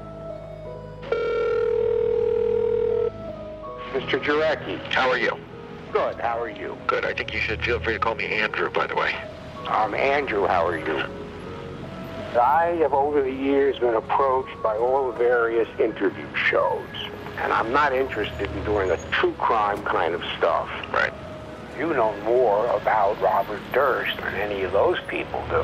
Mister Jarecki. How are you? Good. How are you? Good. I think you should feel free to call me Andrew, by the way. I'm Andrew. How are you? I have over the years been approached by all the various interview shows, and I'm not interested in doing a true crime kind of stuff. Right. You know more about Robert Durst than any of those people do.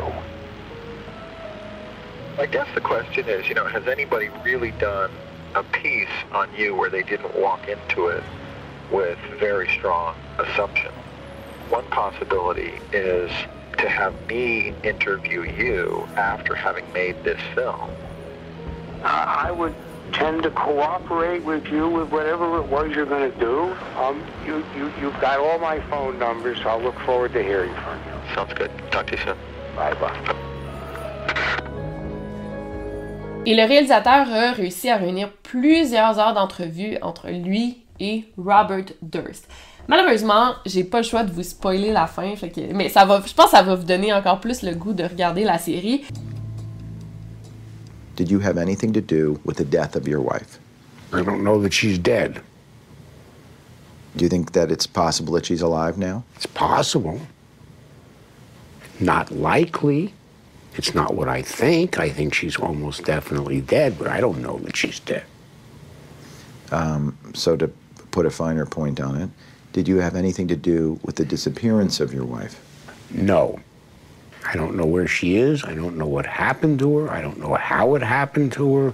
I guess the question is, you know, has anybody really done a piece on you where they didn't walk into it with very strong assumptions? One possibility is to have me interview you after having made this film I would tend to cooperate with you with whatever it was you're going to do. Um, you, you, you've got all my phone numbers, so I'll look forward to hearing from you. Sounds good. Talk to you soon. Bye-bye. Et le réalisateur a réussi à réunir plusieurs heures d'entrevue entre lui et Robert Durst. Malheureusement, j'ai pas le choix de vous spoiler la fin, fait que, mais ça va, je pense que ça va vous donner encore plus le goût de regarder la série. Did you have anything to do with the death of your wife? I don't know that she's dead. Do you think that it's possible that she's alive now? It's possible. Not likely. It's not what I think. I think she's almost definitely dead, but I don't know that she's dead. Um, so to put a finer point on it, did you have anything to do with the disappearance of your wife? No. I don't know where she is. I don't know what happened to her. I don't know how it happened to her.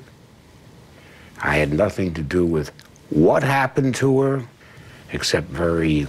I had nothing to do with what happened to her, except very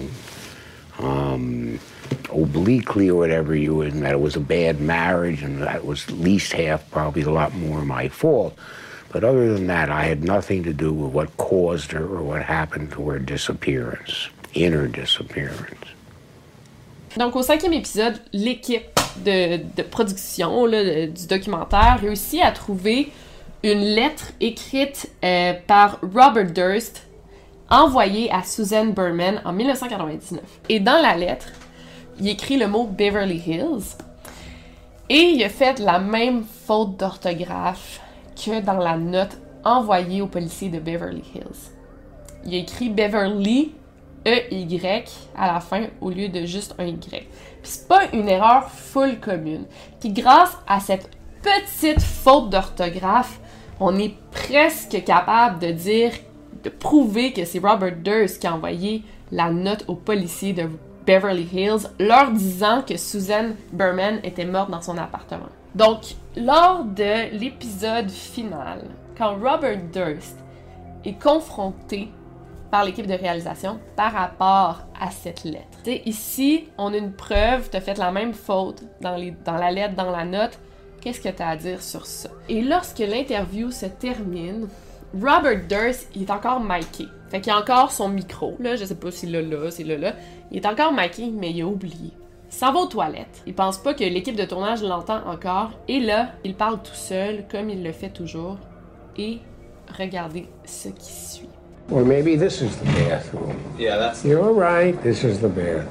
um, obliquely or whatever you would, and that it was a bad marriage, and that was at least half, probably a lot more my fault. But other than that, I had nothing to do with what caused her or what happened to her disappearance, in her disappearance. Donc, au cinquième épisode, l'équipe de, de production là, de, du documentaire réussit à trouver une lettre écrite euh, par Robert Durst envoyée à Susan Berman en dix-neuf cent quatre-vingt-dix-neuf. Et dans la lettre, il écrit le mot Beverly Hills et il a fait la même faute d'orthographe que dans la note envoyée aux policiers de Beverly Hills. Il a écrit Beverly E Y à la fin au lieu de juste un Y. Puis c'est pas une erreur full commune. Puis grâce à cette petite faute d'orthographe, on est presque capable de dire, de prouver que c'est Robert Durst qui a envoyé la note aux policiers de Beverly Hills, leur disant que Susan Berman était morte dans son appartement. Donc, lors de l'épisode final, quand Robert Durst est confronté par l'équipe de réalisation par rapport à cette lettre. T'sais, ici, on a une preuve, tu as fait la même faute dans, les, dans la lettre, dans la note. Qu'est-ce que tu as à dire sur ça? Et lorsque l'interview se termine, Robert Durst, il est encore miké. Fait qu'il a encore son micro, là, je sais pas si là, là, c'est là, là. Il est encore miké, mais il a oublié. Il s'en va aux toilettes. Il pense pas que l'équipe de tournage l'entend encore. Et là, il parle tout seul, comme il le fait toujours. Et regardez ce qui suit. Or maybe this is the bathroom. Yeah, that's... You're right, this is the bathroom.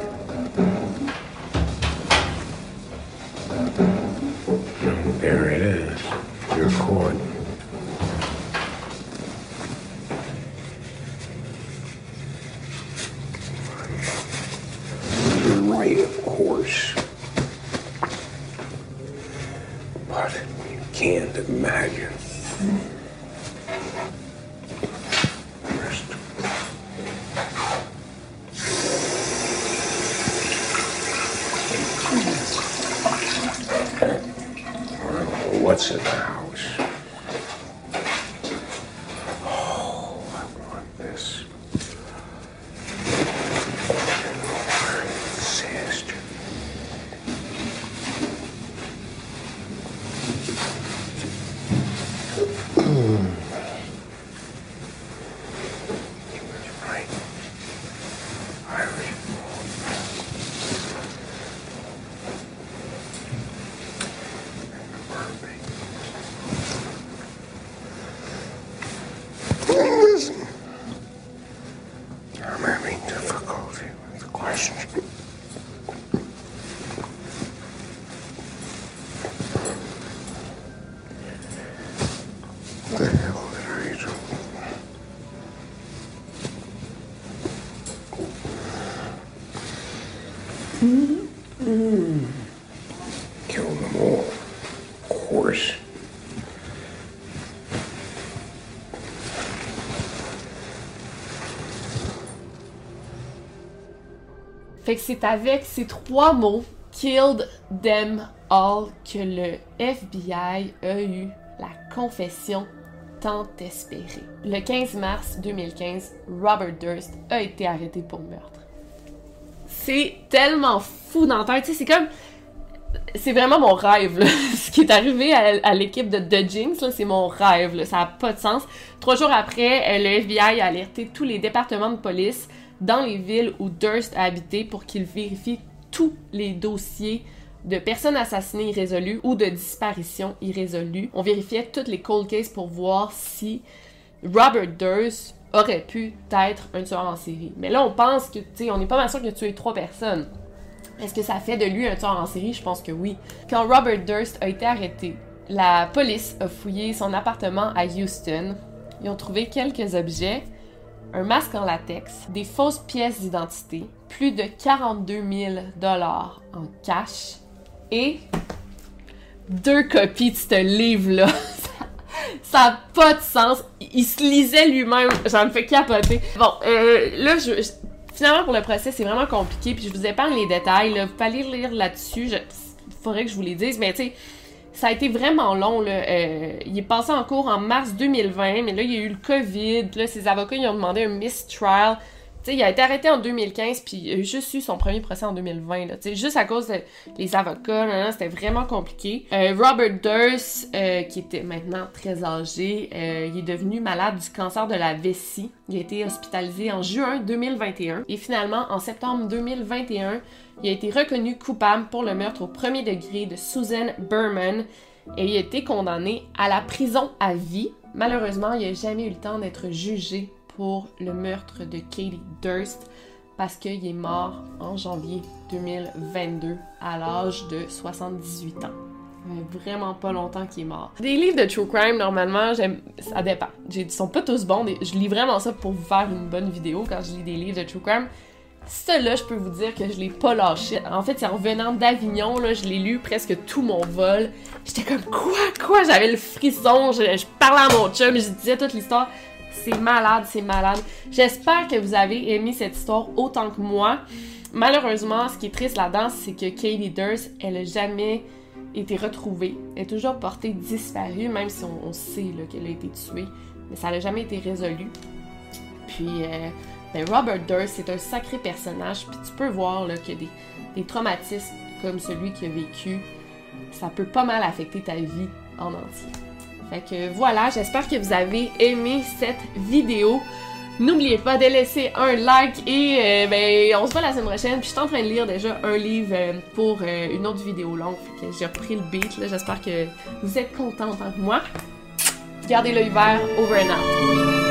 There it is. You're caught. You're right, of course. But you can't imagine. What's in the house? Oh, I want this. Where it exists. Right. Irish. Listen, I'm having difficulty with the question. What the hell did I do? Mm-hmm. Kill them all, of course. Fait que c'est avec ces trois mots, killed them all, que le F B I a eu la confession tant espérée. Le quinze mars deux mille quinze, Robert Durst a été arrêté pour meurtre. C'est tellement fou dans la tête, tu sais, c'est comme... c'est vraiment mon rêve, là. Ce qui est arrivé à, à l'équipe de The Jinx, là, c'est mon rêve, là. Ça n'a pas de sens. Trois jours après, le F B I a alerté tous les départements de police dans les villes où Durst a habité pour qu'ils vérifient tous les dossiers de personnes assassinées irrésolues ou de disparitions irrésolues. On vérifiait toutes les cold cases pour voir si Robert Durst aurait pu être un tueur en série. Mais là, on pense que, tu sais, on n'est pas mal sûr qu'il a tué trois personnes. Est-ce que ça fait de lui un tueur en série? Je pense que oui. Quand Robert Durst a été arrêté, la police a fouillé son appartement à Houston. Ils ont trouvé quelques objets, un masque en latex, des fausses pièces d'identité, plus de quarante-deux mille dollars en cash et deux copies de ce livre-là. Ça n'a pas de sens. Il se lisait lui-même. Ça me fait capoter. Bon, euh, là, je... je finalement, pour le procès, c'est vraiment compliqué, puis je vous épargne les détails, là. Vous pouvez aller lire là-dessus, il faudrait que je vous les dise, mais tu sais, ça a été vraiment long, là. Euh, il est passé en cours en mars deux mille vingt, mais là, il y a eu le COVID, là, ses avocats, ils ont demandé un mistrial. Tu sais, il a été arrêté en deux mille quinze, puis il a juste eu son premier procès en deux mille vingt, là. Tu sais, juste à cause des avocats, là, là, c'était vraiment compliqué. Euh, Robert Durst, euh, qui était maintenant très âgé, euh, il est devenu malade du cancer de la vessie. Il a été hospitalisé en juin deux mille vingt et un. Et finalement, en septembre deux mille vingt et un, il a été reconnu coupable pour le meurtre au premier degré de Susan Berman. Et il a été condamné à la prison à vie. Malheureusement, il n'a jamais eu le temps d'être jugé pour le meurtre de Katie Durst parce qu'il est mort en janvier deux mille vingt-deux à l'âge de soixante-dix-huit ans. Vraiment pas longtemps qu'il est mort. Des livres de true crime, normalement, j'aime, ça dépend. Ils sont pas tous bons. Je lis vraiment ça pour vous faire une bonne vidéo quand je lis des livres de true crime. Celui-là, je peux vous dire que je l'ai pas lâché. En fait, c'est en revenant d'Avignon, là, je l'ai lu presque tout mon vol. J'étais comme, quoi, quoi? J'avais le frisson, je, je parlais à mon chum, je disais toute l'histoire. C'est malade, c'est malade. J'espère que vous avez aimé cette histoire autant que moi. Malheureusement, ce qui est triste là-dedans, c'est que Katie Durst, elle a jamais été retrouvée. Elle est toujours portée disparue, même si on, on sait là, qu'elle a été tuée. Mais ça n'a jamais été résolu. Puis, euh, ben Robert Durst, c'est un sacré personnage. Puis tu peux voir là, que des, des traumatismes comme celui qu'il a vécu, ça peut pas mal affecter ta vie en entier. Fait que voilà, j'espère que vous avez aimé cette vidéo. N'oubliez pas de laisser un like et euh, ben on se voit la semaine prochaine. Puis je suis en train de lire déjà un livre euh, pour euh, une autre vidéo longue. Fait que j'ai repris le beat là. J'espère que vous êtes contents autant que moi. Gardez l'œil vert, over and out.